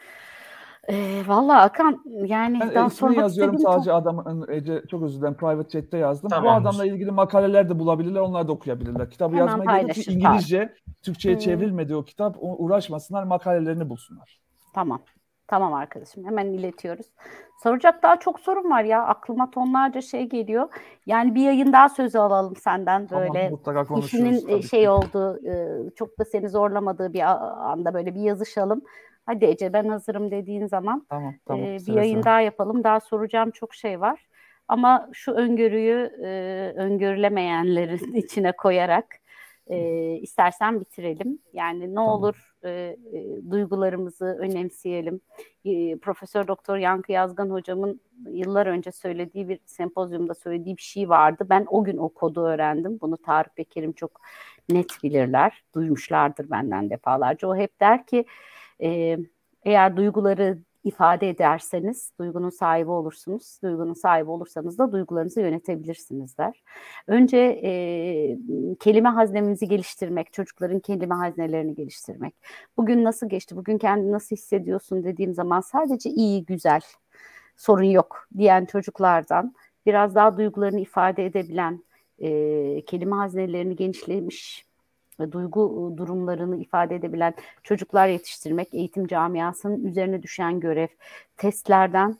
Ee, Vallahi Hakan, yani Ben e, daha ismini sormak yazıyorum istediğim çok. sadece adamın Ece, çok özür dilerim, private chat'te yazdım. Bu adamla Tamamdır. ilgili makaleler de bulabilirler, onlar da okuyabilirler. Kitabı Hemen yazmaya gerek yok çünkü paylaşır Tarık. İngilizce, Türkçe'ye Hmm, çevrilmedi o kitap. O- Uğraşmasınlar, makalelerini bulsunlar. tamam. Tamam arkadaşım, hemen iletiyoruz. Soracak daha çok sorun var ya. Aklıma tonlarca şey geliyor. Yani bir yayın daha sözü alalım senden, Tamam, böyle mutlaka konuşuruz işinin e, tabii şey ki. olduğu, e, çok da seni zorlamadığı bir a- anda böyle bir yazışalım. Hadi Ece, ben hazırım dediğin zaman Tamam, e, tamam, bir seve yayın seve. daha yapalım. Daha soracağım çok şey var. Ama şu öngörüyü e, öngörülemeyenlerin içine koyarak e, istersen bitirelim. Yani ne Tamam. olur e, e, duygularımızı önemseyelim. E, Profesör Doktor Yankı Yazgan hocamın yıllar önce söylediği bir sempozyumda söylediği bir şey vardı. Ben o gün o kodu öğrendim. Bunu Tarık ve Kerim çok net bilirler. Duymuşlardır benden defalarca. O hep der ki e, eğer duyguları ifade ederseniz duygunun sahibi olursunuz. Duygunun sahibi olursanız da duygularınızı yönetebilirsiniz der. Önce e, kelime haznemizi geliştirmek, çocukların kelime haznelerini geliştirmek. Bugün nasıl geçti, bugün kendini nasıl hissediyorsun dediğim zaman sadece iyi, güzel, sorun yok diyen çocuklardan biraz daha duygularını ifade edebilen, e, kelime haznelerini genişlemiş, e, duygu durumlarını ifade edebilen çocuklar yetiştirmek eğitim camiasının üzerine düşen görev. Testlerden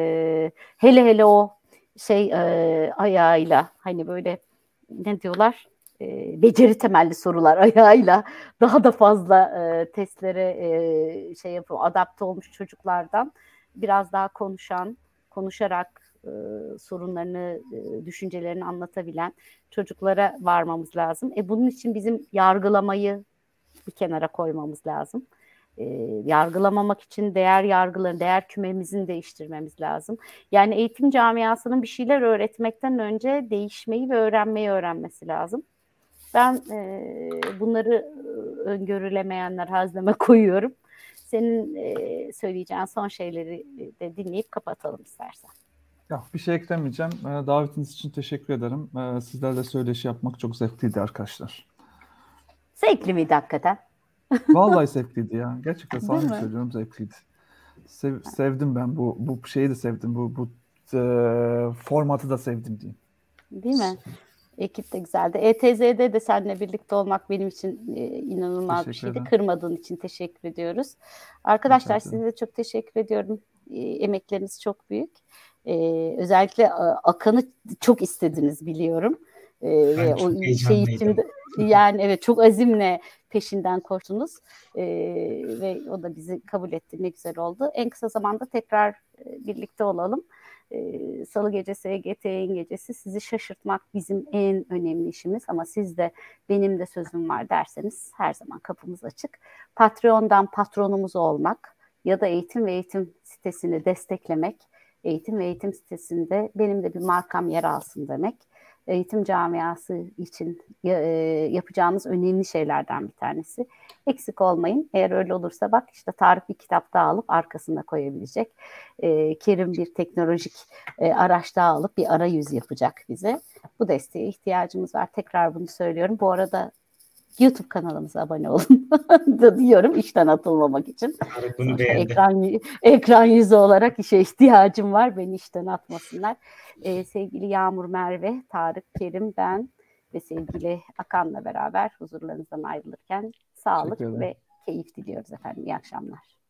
e, hele hele o şey e, ayağıyla, hani böyle ne diyorlar, e, beceri temelli sorular ayağıyla daha da fazla e, testlere e, şey yapıyor, adapte olmuş çocuklardan biraz daha konuşan, konuşarak e, sorunlarını, e, düşüncelerini anlatabilen çocuklara varmamız lazım. E bunun için bizim yargılamayı bir kenara koymamız lazım. E, yargılamamak için değer yargıları, değer kümemizin değiştirmemiz lazım. Yani eğitim camiasının bir şeyler öğretmekten önce değişmeyi ve öğrenmeyi öğrenmesi lazım. Ben e, bunları öngörülemeyenler hazneme koyuyorum. Senin e, söyleyeceğin son şeyleri de dinleyip kapatalım istersen. Ya, bir şey eklemeyeceğim. Ee, Davetiniz için teşekkür ederim. Ee, Sizlerle söyleşi yapmak çok zevkliydi arkadaşlar. Zevkli miydi hakikaten? Vallahi zevkliydi ya. Gerçekten Değil samimi mi? söylüyorum, zevkliydi. Sev- sevdim ben bu bu şeyi de sevdim. Bu bu e, formatı da sevdim diyeyim. Değil mi? Ekip de güzeldi. E T Z'de de seninle birlikte olmak benim için e, inanılmaz bir Teşekkür şeydi. ederim. Kırmadığın için teşekkür ediyoruz. Rica Arkadaşlar ederim. size de çok teşekkür ediyorum. E, emekleriniz çok büyük. E, özellikle e, Akan'ı çok istediniz biliyorum. E, Ben ve o çok şey heyecanlıydım. için de, yani evet, çok azimle peşinden koştunuz. E, ve o da bizi kabul etti. Ne güzel oldu. En kısa zamanda tekrar e, birlikte olalım. Ee, Salı gecesi, E G T yayın gecesi, sizi şaşırtmak bizim en önemli işimiz, ama siz de benim de sözüm var derseniz her zaman kapımız açık. Patreon'dan patronumuz olmak ya da eğitim ve eğitim sitesini desteklemek, eğitim ve eğitim sitesinde benim de bir markam yer alsın demek, eğitim camiası için yapacağımız önemli şeylerden bir tanesi. Eksik olmayın. Eğer öyle olursa bak işte Tarık bir kitap daha alıp arkasına koyabilecek. E, Kerim bir teknolojik e, araç daha alıp bir arayüz yapacak bize. Bu desteğe ihtiyacımız var. Tekrar bunu söylüyorum. Bu arada YouTube kanalımıza abone olun da diyorum, işten atılmamak için. Tarık bunu Sonuçta beğendi. ekran, ekran yüzü olarak işe ihtiyacım var. Beni işten atmasınlar. Ee, sevgili Yağmur, Merve, Tarık, Kerim, ben, ve sevgili Akan'la beraber huzurlarınızdan ayrılırken sağlık Teşekkür ederim. ve keyif diliyoruz efendim. İyi akşamlar.